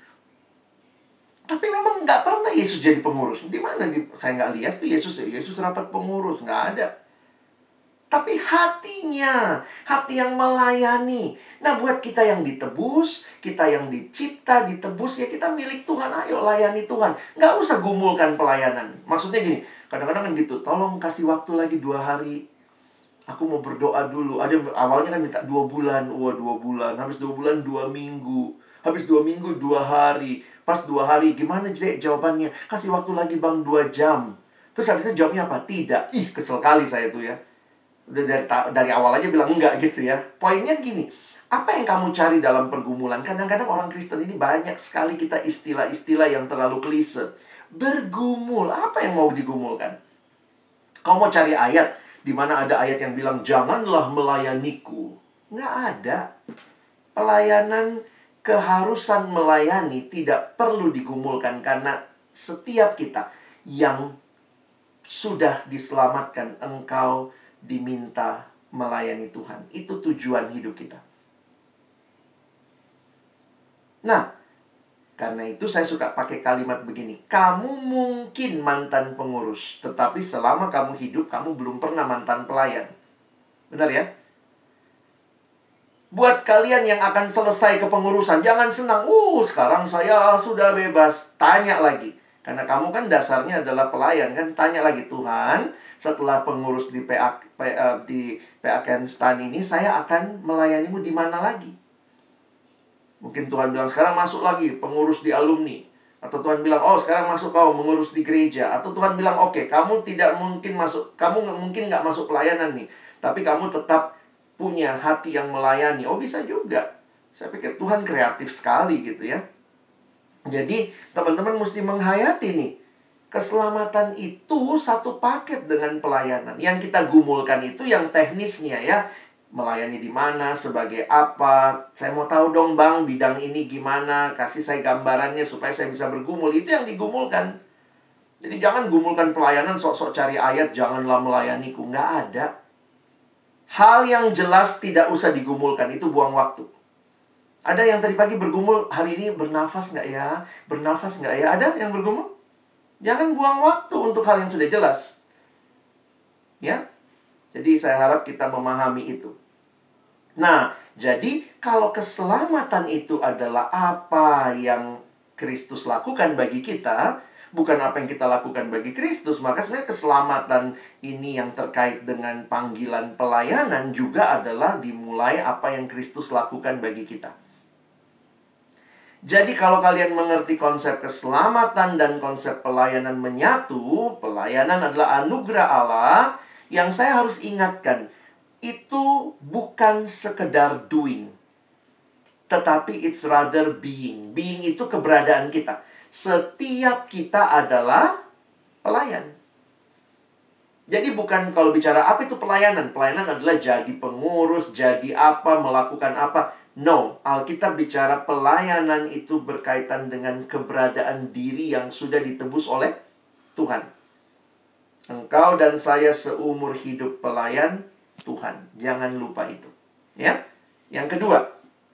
Tapi memang nggak pernah Yesus jadi pengurus. Di mana? Di, saya nggak lihat tuh Yesus. Yesus rapat pengurus. Nggak ada. Tapi hatinya. Hati yang melayani. Nah, buat kita yang ditebus, kita yang dicipta, ditebus, ya kita milik Tuhan. Ayo layani Tuhan. Nggak usah gumulkan pelayanan. Maksudnya gini, kadang-kadang kan gitu. Tolong kasih waktu lagi dua hari. Aku mau berdoa dulu. Ada awalnya kan minta dua bulan. Wah, dua bulan. Habis dua bulan, dua minggu. Habis dua minggu, dua hari. Pas dua hari, gimana jawabannya? Kasih waktu lagi bang, dua jam. Terus habis itu jawabnya apa? Tidak. Ih, kesel kali saya tuh ya. Udah dari, dari awal aja bilang enggak gitu ya. Poinnya gini, apa yang kamu cari dalam pergumulan? Kadang-kadang orang Kristen ini banyak sekali kita istilah-istilah yang terlalu klise. Bergumul, apa yang mau digumulkan? Kau mau cari ayat, di mana ada ayat yang bilang, janganlah melayaniku. Nggak ada. Pelayanan, keharusan melayani tidak perlu digumulkan, karena setiap kita yang sudah diselamatkan, engkau diminta melayani Tuhan. Itu tujuan hidup kita. Nah, karena itu saya suka pakai kalimat begini. Kamu mungkin mantan pengurus, tetapi selama kamu hidup, kamu belum pernah mantan pelayan. Benar ya? Buat kalian yang akan selesai kepengurusan, jangan senang. Uh, sekarang saya sudah bebas. Tanya lagi. Karena kamu kan dasarnya adalah pelayan kan. Tanya lagi, Tuhan, setelah pengurus di P A, P A, di P A Kenstan ini, saya akan melayanimu di mana lagi? Mungkin Tuhan bilang, sekarang masuk lagi pengurus di alumni. Atau Tuhan bilang, oh sekarang masuk kau mengurus di gereja. Atau Tuhan bilang, oke, okay, kamu tidak mungkin masuk, kamu mungkin nggak masuk pelayanan nih. Tapi kamu tetap punya hati yang melayani. Oh, bisa juga. Saya pikir Tuhan kreatif sekali gitu ya. Jadi, teman-teman mesti menghayati nih. Keselamatan itu satu paket dengan pelayanan. Yang kita gumulkan itu yang teknisnya ya. Melayani di mana, sebagai apa. Saya mau tahu dong bang, bidang ini gimana. Kasih saya gambarannya supaya saya bisa bergumul. Itu yang digumulkan. Jadi jangan gumulkan pelayanan sok-sok cari ayat. Janganlah melayaniku. Nggak ada. Hal yang jelas tidak usah digumulkan. Itu buang waktu. Ada yang tadi pagi bergumul, hari ini bernafas nggak ya? Bernafas nggak ya? Ada yang bergumul? Jangan buang waktu untuk hal yang sudah jelas. Ya. Jadi saya harap kita memahami itu. Nah, jadi kalau keselamatan itu adalah apa yang Kristus lakukan bagi kita, bukan apa yang kita lakukan bagi Kristus, maka sebenarnya keselamatan ini yang terkait dengan panggilan pelayanan juga adalah dimulai apa yang Kristus lakukan bagi kita. Jadi kalau kalian mengerti konsep keselamatan dan konsep pelayanan menyatu, pelayanan adalah anugerah Allah, yang saya harus ingatkan, itu bukan sekedar doing, tetapi it's rather being. Being itu keberadaan kita. Setiap kita adalah pelayan. Jadi bukan kalau bicara apa itu pelayanan. Pelayanan adalah jadi pengurus, jadi apa, melakukan apa. No, Alkitab bicara pelayanan itu berkaitan dengan keberadaan diri yang sudah ditebus oleh Tuhan. Engkau dan saya seumur hidup pelayan Tuhan. Jangan lupa itu. Ya. Yang kedua,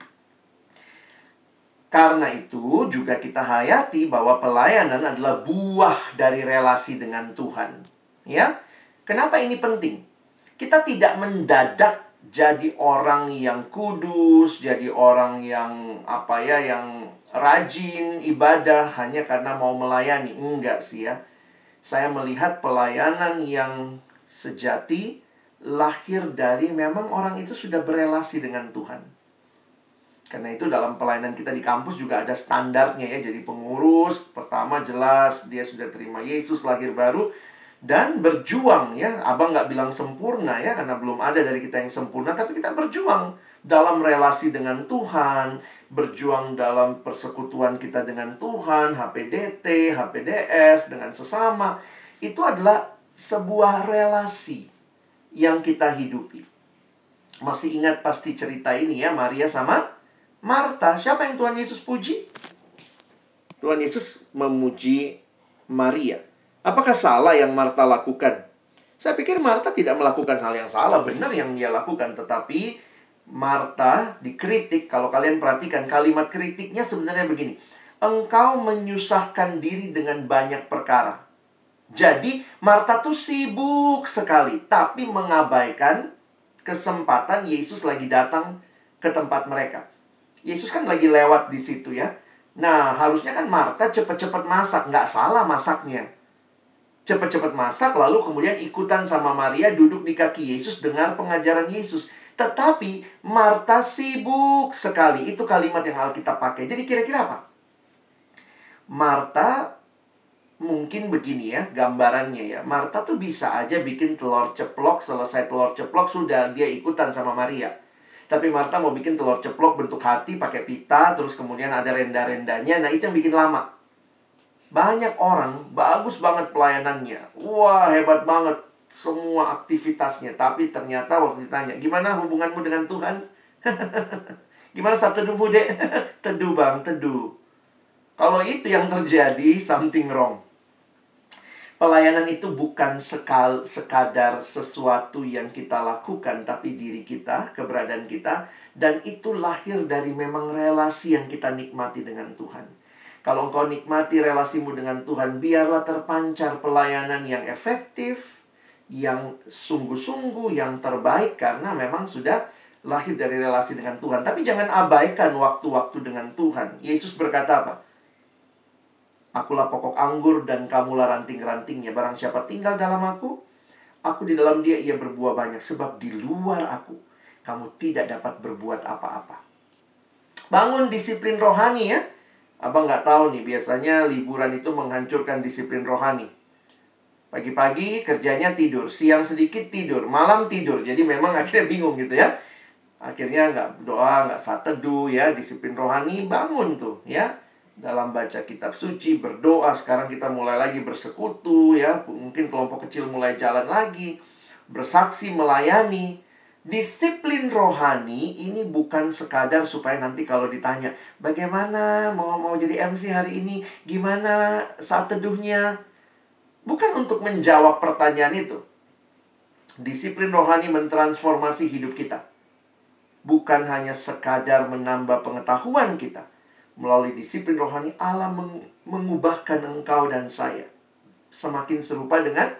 karena itu juga kita hayati bahwa pelayanan adalah buah dari relasi dengan Tuhan. Ya. Kenapa ini penting? Kita tidak mendadak jadi orang yang kudus, jadi orang yang apa ya, yang rajin ibadah hanya karena mau melayani. Enggak sih ya. Saya melihat pelayanan yang sejati lahir dari memang orang itu sudah berelasi dengan Tuhan. Karena itu dalam pelayanan kita di kampus juga ada standarnya ya. Jadi pengurus, pertama jelas dia sudah terima Yesus, lahir baru, dan berjuang ya. Abang nggak bilang sempurna ya, karena belum ada dari kita yang sempurna. Tapi kita berjuang dalam relasi dengan Tuhan, berjuang dalam persekutuan kita dengan Tuhan, H P D T, H P D S, dengan sesama. Itu adalah sebuah relasi yang kita hidupi. Masih ingat pasti cerita ini ya, Maria sama Marta. Siapa yang Tuhan Yesus puji? Tuhan Yesus memuji Maria. Apakah salah yang Marta lakukan? Saya pikir Marta tidak melakukan hal yang salah. Benar yang dia lakukan. Tetapi Marta dikritik. Kalau kalian perhatikan kalimat kritiknya sebenarnya begini. Engkau menyusahkan diri dengan banyak perkara. Jadi Marta tuh sibuk sekali. Tapi mengabaikan kesempatan Yesus lagi datang ke tempat mereka. Yesus kan lagi lewat di situ ya. Nah, harusnya kan Marta cepat-cepat masak. Nggak salah masaknya. Cepat-cepat masak, lalu kemudian ikutan sama Maria duduk di kaki Yesus, dengar pengajaran Yesus. Tetapi Marta sibuk sekali. Itu kalimat yang Alkitab pakai. Jadi kira-kira apa? Marta mungkin begini ya, gambarannya ya. Marta tuh bisa aja bikin telur ceplok, selesai telur ceplok sudah dia ikutan sama Maria. Tapi Marta mau bikin telur ceplok bentuk hati pakai pita, terus kemudian ada renda-rendanya. Nah, itu yang bikin lama. Banyak orang bagus banget pelayanannya. Wah, hebat banget semua aktivitasnya. Tapi ternyata waktu ditanya, gimana hubunganmu dengan Tuhan? Gimana saat teduhmu, Dek? Teduh, Bang, teduh. Kalau itu yang terjadi, something wrong. Pelayanan itu bukan sekal, sekadar sesuatu yang kita lakukan, tapi diri kita, keberadaan kita. Dan itu lahir dari memang relasi yang kita nikmati dengan Tuhan. Kalau engkau nikmati relasimu dengan Tuhan, biarlah terpancar pelayanan yang efektif, yang sungguh-sungguh, yang terbaik, karena memang sudah lahir dari relasi dengan Tuhan. Tapi jangan abaikan waktu-waktu dengan Tuhan. Yesus berkata apa? Akulah pokok anggur dan kamulah ranting-rantingnya. Barang siapa tinggal dalam aku, aku di dalam dia, ia berbuah banyak. Sebab di luar aku, kamu tidak dapat berbuat apa-apa. Bangun disiplin rohani ya. Abang nggak tahu nih, biasanya liburan itu menghancurkan disiplin rohani. Pagi-pagi kerjanya tidur, siang sedikit tidur, malam tidur. Jadi memang akhirnya bingung gitu ya. Akhirnya nggak doa, nggak saat teduh ya. Disiplin rohani bangun tuh ya. Dalam baca kitab suci, berdoa. Sekarang kita mulai lagi bersekutu ya. Mungkin kelompok kecil mulai jalan lagi. Bersaksi, melayani. Disiplin rohani ini bukan sekadar supaya nanti kalau ditanya, bagaimana mau mau jadi M C hari ini? Gimana saat teduhnya? Bukan untuk menjawab pertanyaan itu. Disiplin rohani mentransformasi hidup kita. Bukan hanya sekadar menambah pengetahuan kita. Melalui disiplin rohani, Allah meng mengubahkan engkau dan saya semakin serupa dengan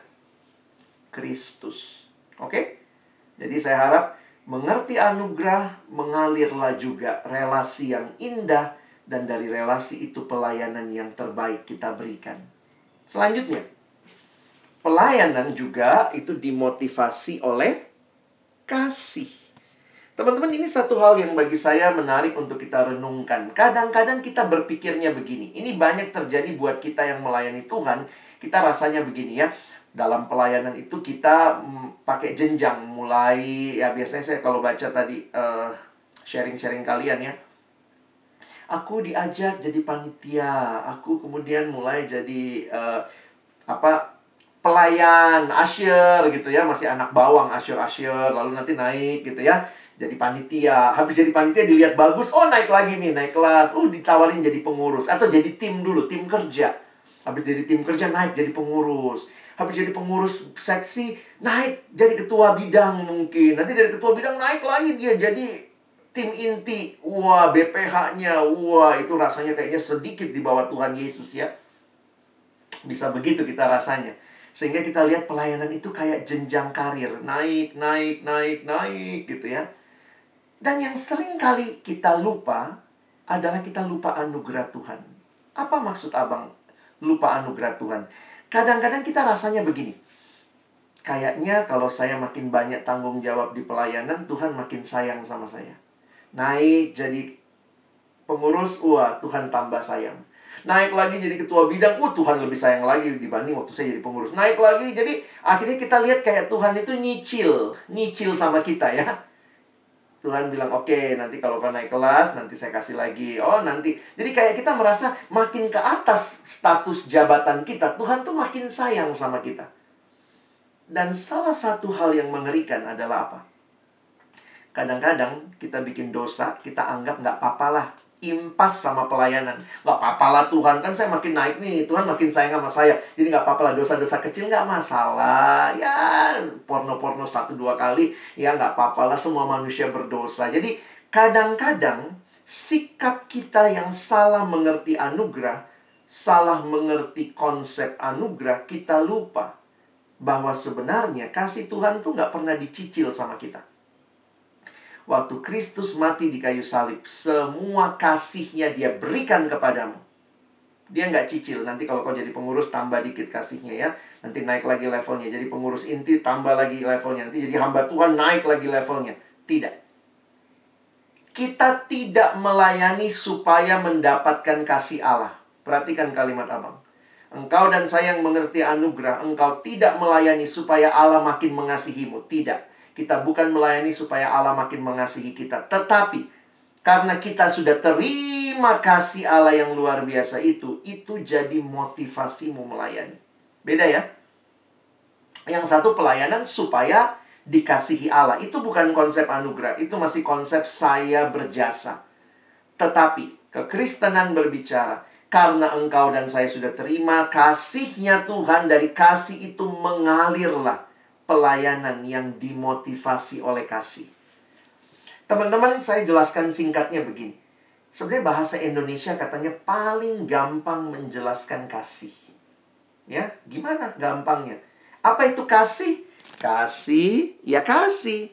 Kristus. Oke? Jadi saya harap mengerti anugerah, mengalirlah juga relasi yang indah, dan dari relasi itu pelayanan yang terbaik kita berikan. Selanjutnya, pelayanan juga itu dimotivasi oleh kasih. Teman-teman, ini satu hal yang bagi saya menarik untuk kita renungkan. Kadang-kadang kita berpikirnya begini. Ini banyak terjadi buat kita yang melayani Tuhan. Kita rasanya begini ya. Dalam pelayanan itu kita mm, pakai jenjang. Mulai, ya biasanya saya kalau baca tadi uh, sharing-sharing kalian ya. Aku diajak jadi panitia. Aku kemudian mulai jadi uh, apa pelayan, usher gitu ya. Masih anak bawang, usher-usher. Lalu nanti naik gitu ya. Jadi panitia, habis jadi panitia dilihat bagus, oh naik lagi nih, naik kelas, oh ditawarin jadi pengurus. Atau jadi tim dulu, tim kerja. Habis jadi tim kerja, naik jadi pengurus. Habis jadi pengurus seksi, naik jadi ketua bidang mungkin. Nanti dari ketua bidang naik lagi dia jadi tim inti. Wah, B P H-nya, wah itu rasanya kayaknya sedikit di bawah Tuhan Yesus ya. Bisa begitu kita rasanya. Sehingga kita lihat pelayanan itu kayak jenjang karir. Naik, naik, naik, naik gitu ya. Dan yang sering kali kita lupa adalah kita lupa anugerah Tuhan. Apa maksud abang lupa anugerah Tuhan? Kadang-kadang kita rasanya begini. Kayaknya kalau saya makin banyak tanggung jawab di pelayanan, Tuhan makin sayang sama saya. Naik jadi pengurus, wah Tuhan tambah sayang. Naik lagi jadi ketua bidang, wah Tuhan lebih sayang lagi dibanding waktu saya jadi pengurus. Naik lagi, jadi akhirnya kita lihat kayak Tuhan itu nyicil. Nyicil sama kita ya. Tuhan bilang, oke, okay, nanti kalau kau naik kelas, nanti saya kasih lagi. Oh, nanti. Jadi kayak kita merasa makin ke atas status jabatan kita, Tuhan tuh makin sayang sama kita. Dan salah satu hal yang mengerikan adalah apa? Kadang-kadang kita bikin dosa, kita anggap nggak apa-apa lah. Impas sama pelayanan. Nggak apa-apa lah Tuhan, kan saya makin naik nih. Tuhan makin sayang sama saya. Jadi nggak apa-apa lah, dosa-dosa kecil nggak masalah. Ya, porno-porno satu dua kali. Ya nggak apa-apa lah, semua manusia berdosa. Jadi kadang-kadang sikap kita yang salah mengerti anugerah, salah mengerti konsep anugerah, kita lupa bahwa sebenarnya kasih Tuhan tuh nggak pernah dicicil sama kita. Waktu Kristus mati di kayu salib, semua kasihnya dia berikan kepadamu. Dia nggak cicil. Nanti kalau kau jadi pengurus, tambah dikit kasihnya ya. Nanti naik lagi levelnya. Jadi pengurus inti, tambah lagi levelnya. Nanti jadi hamba Tuhan, naik lagi levelnya. Tidak. Kita tidak melayani supaya mendapatkan kasih Allah. Perhatikan kalimat abang. Engkau dan saya yang mengerti anugerah, engkau tidak melayani supaya Allah makin mengasihimu. Tidak. Kita bukan melayani supaya Allah makin mengasihi kita. Tetapi, karena kita sudah terima kasih Allah yang luar biasa itu, itu jadi motivasimu melayani. Beda ya? Yang satu pelayanan supaya dikasihi Allah. Itu bukan konsep anugerah. Itu masih konsep saya berjasa. Tetapi, kekristenan berbicara, Karena engkau dan saya sudah terima kasih-Nya Tuhan, dari kasih itu mengalirlah pelayanan yang dimotivasi oleh kasih. Teman-teman, saya jelaskan singkatnya begini. Sebenarnya bahasa Indonesia katanya paling gampang menjelaskan kasih. Ya, gimana gampangnya? Apa itu kasih? Kasih, ya kasih.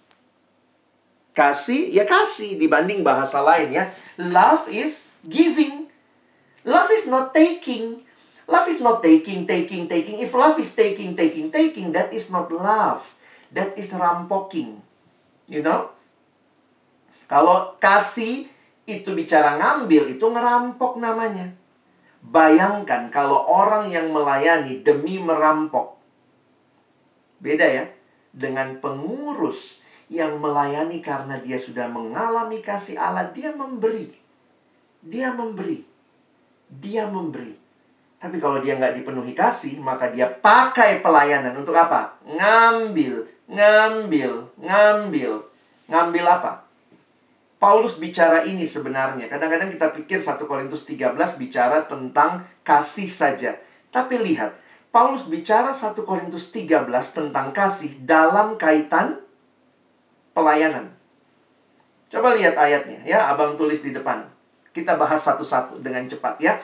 Kasih, ya kasih. Dibanding bahasa lain ya. Love is giving. Love is not taking. Love is not taking, taking, taking. If love is taking, taking, taking, that is not love. That is rampoking. You know? Kalau kasih itu bicara ngambil, itu ngerampok namanya. Bayangkan kalau orang yang melayani demi merampok. Beda ya. Dengan pengurus yang melayani karena dia sudah mengalami kasih Allah, dia memberi. Dia memberi. Dia memberi. Tapi kalau dia nggak dipenuhi kasih, maka dia pakai pelayanan untuk apa? Ngambil, ngambil, ngambil. Ngambil apa? Paulus bicara ini sebenarnya. Kadang-kadang kita pikir satu Korintus tiga belas bicara tentang kasih saja. Tapi lihat, Paulus bicara satu Korintus tiga belas tentang kasih dalam kaitan pelayanan. Coba lihat ayatnya ya, abang tulis di depan. Kita bahas satu-satu dengan cepat ya.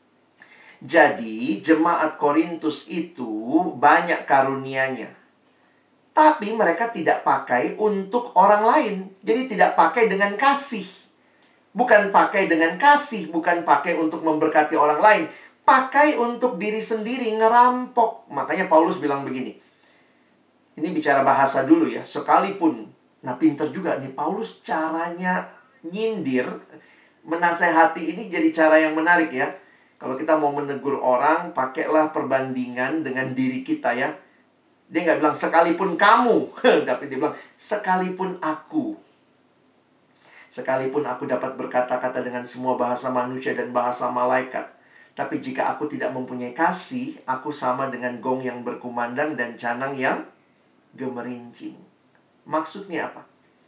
Jadi jemaat Korintus itu banyak karunia-Nya, tapi mereka tidak pakai untuk orang lain. Jadi tidak pakai dengan kasih. Bukan pakai dengan kasih, bukan pakai untuk memberkati orang lain. Pakai untuk diri sendiri, ngerampok. Makanya Paulus bilang begini. Ini bicara bahasa dulu ya, sekalipun. Nah, pinter juga nih Paulus caranya nyindir, menasehati ini jadi cara yang menarik ya. Kalau kita mau menegur orang, pakailah perbandingan dengan diri kita ya. Dia nggak bilang sekalipun kamu, tapi dia bilang sekalipun aku. Sekalipun aku dapat berkata-kata dengan semua bahasa manusia dan bahasa malaikat, tapi jika aku tidak mempunyai kasih, aku sama dengan gong yang berkumandang dan canang yang gemerincing. Maksudnya apa?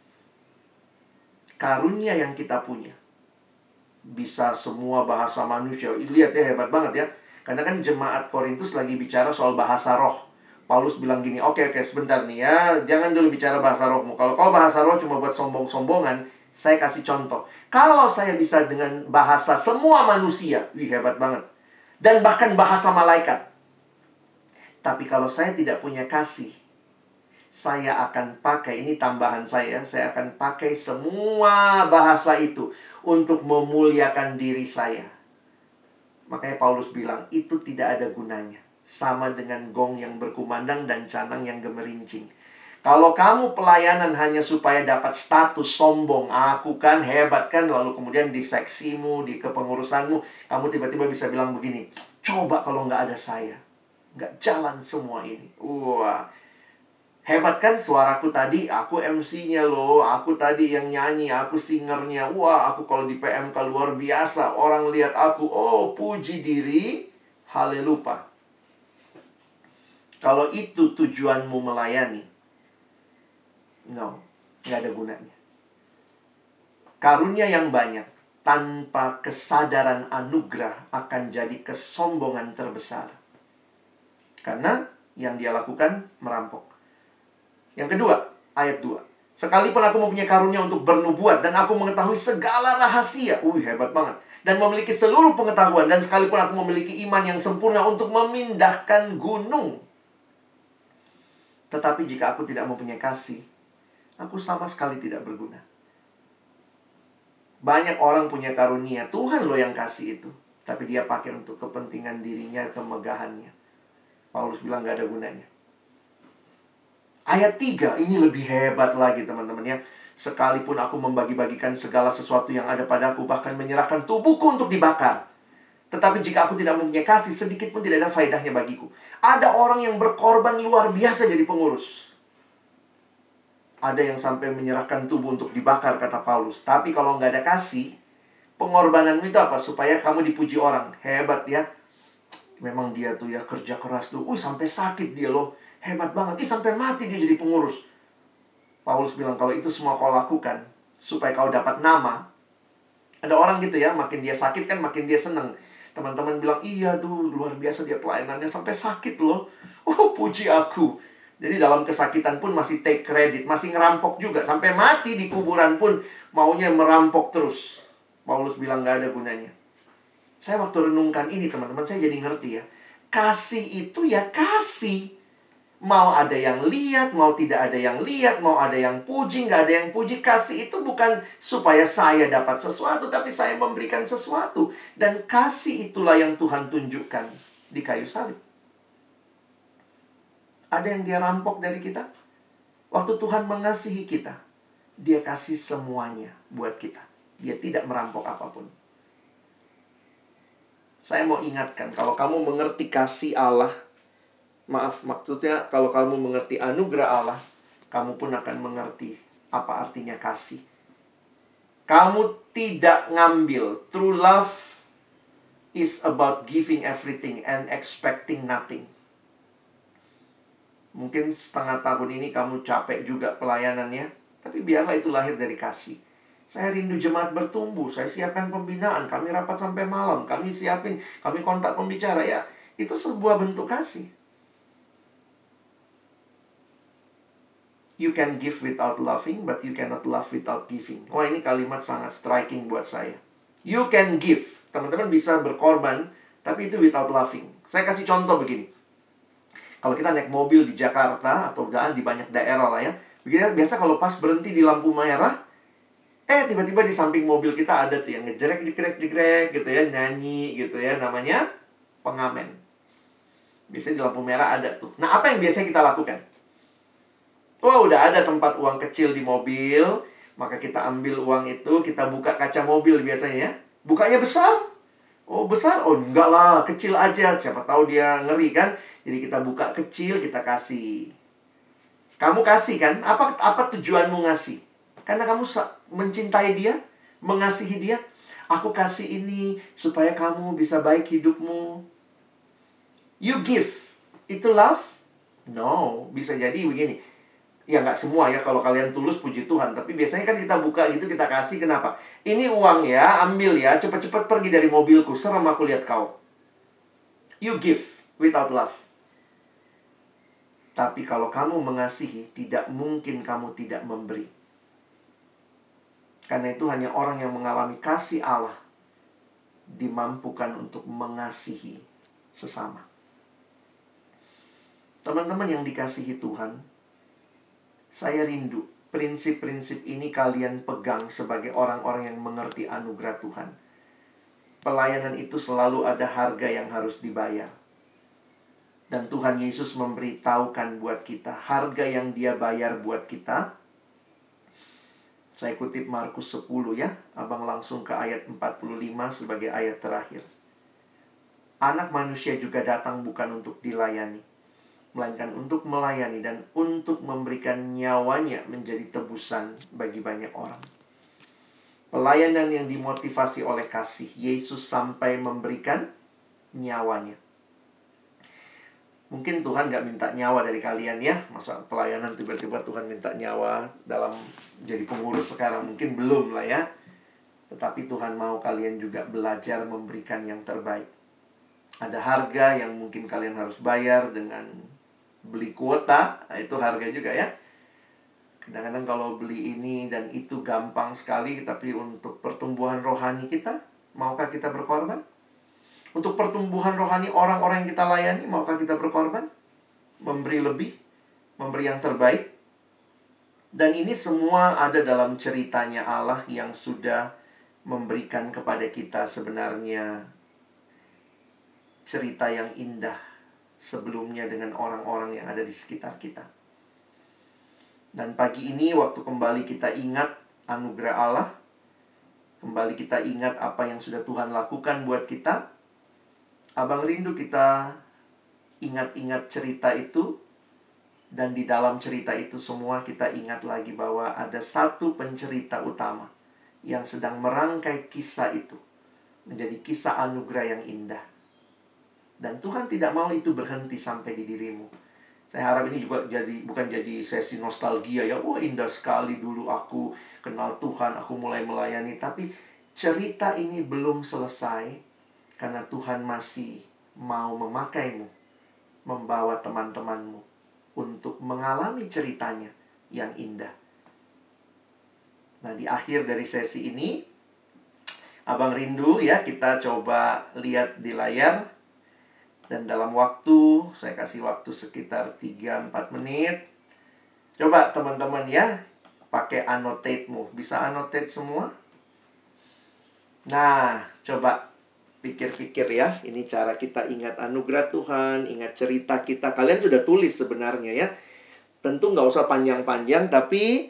Karunia yang kita punya bisa semua bahasa manusia. Lihat ya, hebat banget ya. Karena kan jemaat Korintus lagi bicara soal bahasa roh. Paulus bilang gini, oke oke sebentar nih ya, jangan dulu bicara bahasa rohmu. Kalau kau bahasa roh cuma buat sombong-sombongan, saya kasih contoh. Kalau saya bisa dengan bahasa semua manusia, wih hebat banget. Dan bahkan bahasa malaikat. Tapi kalau saya tidak punya kasih, saya akan pakai, ini tambahan saya, saya akan pakai semua bahasa itu untuk memuliakan diri saya. Makanya Paulus bilang, itu tidak ada gunanya. Sama dengan gong yang berkumandang dan canang yang gemerincing. Kalau kamu pelayanan hanya supaya dapat status sombong, aku kan hebat kan, lalu kemudian di seksimu, di kepengurusanmu, kamu tiba-tiba bisa bilang begini, coba kalau nggak ada saya, nggak jalan semua ini. Wah, hebat kan suaraku tadi, aku M C-nya loh, aku tadi yang nyanyi, aku singernya. Wah, aku kalau di P M K luar biasa, orang lihat aku, oh puji diri, haleluya. Kalau itu tujuanmu melayani, no, nggak ada gunanya. Karunia yang banyak tanpa kesadaran anugerah akan jadi kesombongan terbesar. Karena yang dia lakukan merampok. Yang kedua, ayat dua. Sekalipun aku mempunyai karunia untuk bernubuat dan aku mengetahui segala rahasia. Wih, hebat banget. Dan memiliki seluruh pengetahuan. Dan sekalipun aku memiliki iman yang sempurna untuk memindahkan gunung. Tetapi jika aku tidak mempunyai kasih, aku sama sekali tidak berguna. Banyak orang punya karunia, Tuhan loh yang kasih itu. Tapi dia pakai untuk kepentingan dirinya, kemegahannya. Paulus bilang gak ada gunanya. Ayat tiga, ini lebih hebat lagi teman-teman ya. Sekalipun aku membagi-bagikan segala sesuatu yang ada padaku, bahkan menyerahkan tubuhku untuk dibakar. Tetapi jika aku tidak mempunyai kasih, sedikit pun tidak ada faedahnya bagiku. Ada orang yang berkorban luar biasa jadi pengurus. Ada yang sampai menyerahkan tubuh untuk dibakar, kata Paulus. Tapi kalau nggak ada kasih, pengorbananmu itu apa? Supaya kamu dipuji orang. Hebat ya. Memang dia tuh ya kerja keras tuh. Wih, sampai sakit dia loh. Hebat banget. Ih, sampai mati dia jadi pengurus. Paulus bilang, kalau itu semua kau lakukan supaya kau dapat nama, Ada orang gitu ya, makin dia sakit kan makin dia seneng. Teman-teman bilang, iya tuh luar biasa dia pelayanannya sampai sakit loh. Oh, puji aku. Jadi dalam kesakitan pun masih take credit, masih ngerampok juga. Sampai mati di kuburan pun maunya merampok terus. Paulus bilang gak ada gunanya. Saya waktu renungkan ini teman-teman, saya jadi ngerti ya. Kasih itu ya kasih. Mau ada yang lihat, mau tidak ada yang lihat, mau ada yang puji, nggak ada yang puji. Kasih itu bukan supaya saya dapat sesuatu, tapi saya memberikan sesuatu. Dan kasih itulah yang Tuhan tunjukkan di kayu salib. Ada yang dia rampok dari kita? Waktu Tuhan mengasihi kita, dia kasih semuanya buat kita. Dia tidak merampok apapun. Saya mau ingatkan, kalau kamu mengerti kasih Allah, maaf, maksudnya kalau kamu mengerti anugerah Allah, kamu pun akan mengerti apa artinya kasih. Kamu tidak ngambil. True love is about giving everything and expecting nothing. Mungkin setengah tahun ini kamu capek juga pelayanannya, tapi biarlah itu lahir dari kasih. Saya rindu jemaat bertumbuh, saya siapkan pembinaan, kami rapat sampai malam, kami siapin, kami kontak pembicara, ya. Itu sebuah bentuk kasih. You can give without loving, but you cannot love without giving. Wah, ini kalimat sangat striking buat saya. You can give. Teman-teman bisa berkorban, tapi itu without loving. Saya kasih contoh begini. Kalau kita naik mobil di Jakarta, atau di banyak daerah lah ya, biasa kalau pas berhenti di lampu merah, eh tiba-tiba di samping mobil kita ada tuh yang ngejerek, jegrek, jegrek gitu ya, nyanyi gitu ya, namanya pengamen. Biasanya di lampu merah ada tuh. Nah, apa yang biasanya kita lakukan? Oh, udah ada tempat uang kecil di mobil, maka kita ambil uang itu, kita buka kaca mobil biasanya ya. Bukanya besar? Oh, besar? Oh, enggak lah, kecil aja. Siapa tahu dia ngeri kan? Jadi kita buka kecil, kita kasih. Kamu kasih kan? Apa apa tujuanmu ngasih? Karena kamu mencintai dia, mengasihi dia. Aku kasih ini supaya kamu bisa baik hidupmu. You give. Itu love? No, bisa jadi begini. Ya nggak semua ya, kalau kalian tulus puji Tuhan. Tapi biasanya kan kita buka gitu, kita kasih. Kenapa? Ini uang ya, ambil ya, cepat-cepat pergi dari mobilku, serem aku lihat kau. You give without love. Tapi kalau kamu mengasihi, tidak mungkin kamu tidak memberi. Karena itu hanya orang yang mengalami kasih Allah dimampukan untuk mengasihi sesama. Teman-teman yang dikasihi Tuhan, saya rindu prinsip-prinsip ini kalian pegang sebagai orang-orang yang mengerti anugerah Tuhan. Pelayanan itu selalu ada harga yang harus dibayar. Dan Tuhan Yesus memberitahukan buat kita harga yang dia bayar buat kita. Saya kutip Markus sepuluh ya. Abang langsung ke ayat empat puluh lima sebagai ayat terakhir. Anak manusia juga datang bukan untuk dilayani, melainkan untuk melayani dan untuk memberikan nyawanya menjadi tebusan bagi banyak orang. Pelayanan yang dimotivasi oleh kasih, Yesus sampai memberikan nyawanya. Mungkin Tuhan gak minta nyawa dari kalian ya. Masa pelayanan tiba-tiba Tuhan minta nyawa dalam jadi pengurus sekarang? Mungkin belum lah ya. Tetapi Tuhan mau kalian juga belajar memberikan yang terbaik. Ada harga yang mungkin kalian harus bayar dengan beli kuota, nah itu harga juga ya. Kadang-kadang kalau beli ini dan itu gampang sekali, tapi untuk pertumbuhan rohani kita, maukah kita berkorban? Untuk pertumbuhan rohani orang-orang yang kita layani, maukah kita berkorban? Memberi lebih, memberi yang terbaik. Dan ini semua ada dalam ceritanya Allah yang sudah memberikan kepada kita sebenarnya cerita yang indah sebelumnya dengan orang-orang yang ada di sekitar kita. Dan pagi ini waktu kembali kita ingat anugerah Allah, kembali kita ingat apa yang sudah Tuhan lakukan buat kita, Abang rindu kita ingat-ingat cerita itu. Dan di dalam cerita itu semua kita ingat lagi bahwa ada satu pencerita utama yang sedang merangkai kisah itu menjadi kisah anugerah yang indah. Dan Tuhan tidak mau itu berhenti sampai di dirimu. Saya harap ini juga jadi bukan jadi sesi nostalgia ya. Oh, indah sekali dulu aku kenal Tuhan, aku mulai melayani. Tapi cerita ini belum selesai karena Tuhan masih mau memakaimu, membawa teman-temanmu untuk mengalami ceritanya yang indah. Nah, di akhir dari sesi ini, Abang rindu ya kita coba lihat di layar. Dan dalam waktu, saya kasih waktu sekitar tiga sampai empat menit. Coba teman-teman ya, pakai annotate-mu. Bisa annotate semua? Nah, coba pikir-pikir ya. Ini cara kita ingat anugerah Tuhan, ingat cerita kita. Kalian sudah tulis sebenarnya ya. Tentu nggak usah panjang-panjang, tapi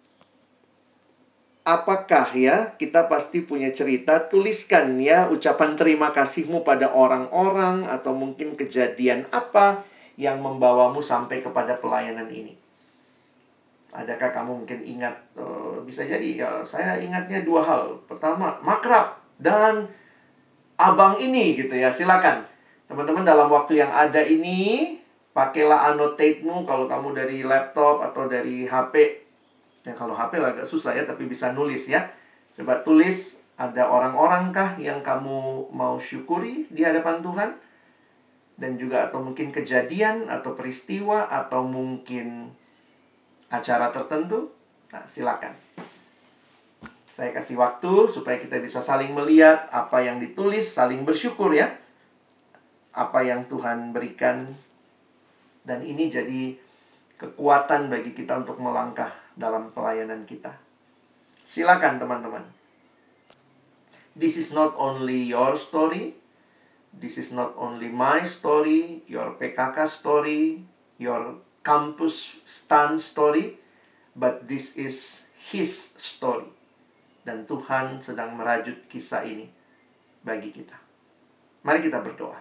apakah ya kita pasti punya cerita. Tuliskan ya ucapan terima kasihmu pada orang-orang, atau mungkin kejadian apa yang membawamu sampai kepada pelayanan ini. Adakah kamu mungkin ingat, uh, bisa jadi ya, saya ingatnya dua hal. Pertama, makrab dan abang ini gitu ya. Silakan teman-teman dalam waktu yang ada ini, pakailah annotate-mu kalau kamu dari laptop atau dari H P. Ya, kalau H P agak susah ya, tapi bisa nulis ya. Coba tulis, ada orang-orang kah yang kamu mau syukuri di hadapan Tuhan? Dan juga atau mungkin kejadian atau peristiwa atau mungkin acara tertentu. Nah, silakan. Saya kasih waktu supaya kita bisa saling melihat apa yang ditulis, saling bersyukur ya. Apa yang Tuhan berikan. Dan ini jadi kekuatan bagi kita untuk melangkah dalam pelayanan kita. Silakan teman-teman. This is not only your story. This is not only my story, your P K K story, your campus stand story, but this is his story. Dan Tuhan sedang merajut kisah ini bagi kita. Mari kita berdoa.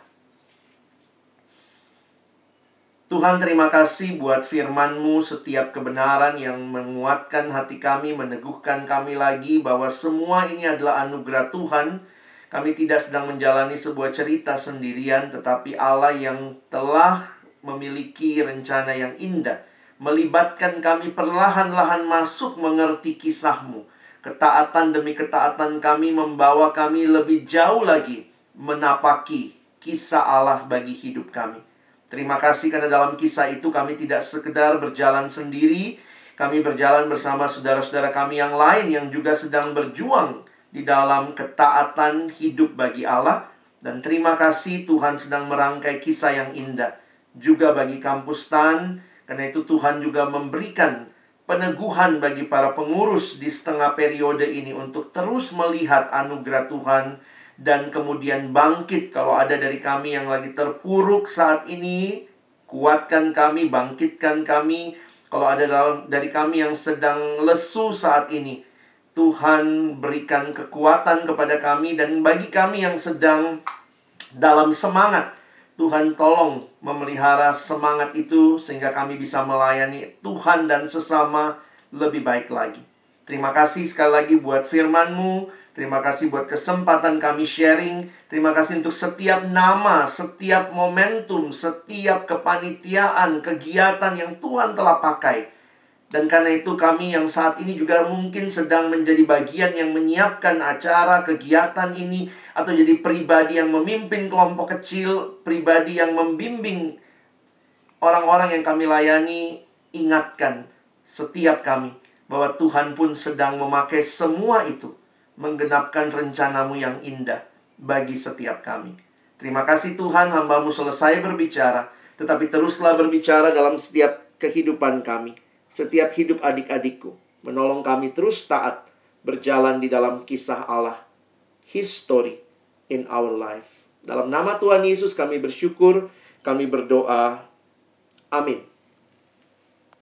Tuhan, terima kasih buat firman-Mu, setiap kebenaran yang menguatkan hati kami, meneguhkan kami lagi bahwa semua ini adalah anugerah Tuhan. Kami tidak sedang menjalani sebuah cerita sendirian, tetapi Allah yang telah memiliki rencana yang indah, melibatkan kami perlahan-lahan masuk mengerti kisah-Mu. Ketaatan demi ketaatan kami membawa kami lebih jauh lagi menapaki kisah Allah bagi hidup kami. Terima kasih karena dalam kisah itu kami tidak sekedar berjalan sendiri. Kami berjalan bersama saudara-saudara kami yang lain yang juga sedang berjuang di dalam ketaatan hidup bagi Allah. Dan terima kasih Tuhan sedang merangkai kisah yang indah juga bagi kampus Tan. Karena itu Tuhan juga memberikan peneguhan bagi para pengurus di setengah periode ini untuk terus melihat anugerah Tuhan. Dan kemudian bangkit kalau ada dari kami yang lagi terpuruk saat ini. Kuatkan kami, bangkitkan kami. Kalau ada dari kami yang sedang lesu saat ini, Tuhan berikan kekuatan kepada kami. Dan bagi kami yang sedang dalam semangat, Tuhan tolong memelihara semangat itu sehingga kami bisa melayani Tuhan dan sesama lebih baik lagi. Terima kasih sekali lagi buat firman-Mu. Terima kasih buat kesempatan kami sharing. Terima kasih untuk setiap nama, setiap momentum, setiap kepanitiaan, kegiatan yang Tuhan telah pakai. Dan karena itu kami yang saat ini juga mungkin sedang menjadi bagian yang menyiapkan acara, kegiatan ini, atau jadi pribadi yang memimpin kelompok kecil, pribadi yang membimbing orang-orang yang kami layani. Ingatkan setiap kami bahwa Tuhan pun sedang memakai semua itu, menggenapkan rencana-Mu yang indah bagi setiap kami. Terima kasih Tuhan, hamba-Mu selesai berbicara, tetapi teruslah berbicara dalam setiap kehidupan kami, setiap hidup adik-adikku. Menolong kami terus taat, berjalan di dalam kisah Allah, His story in our life. Dalam nama Tuhan Yesus kami bersyukur, kami berdoa. Amin.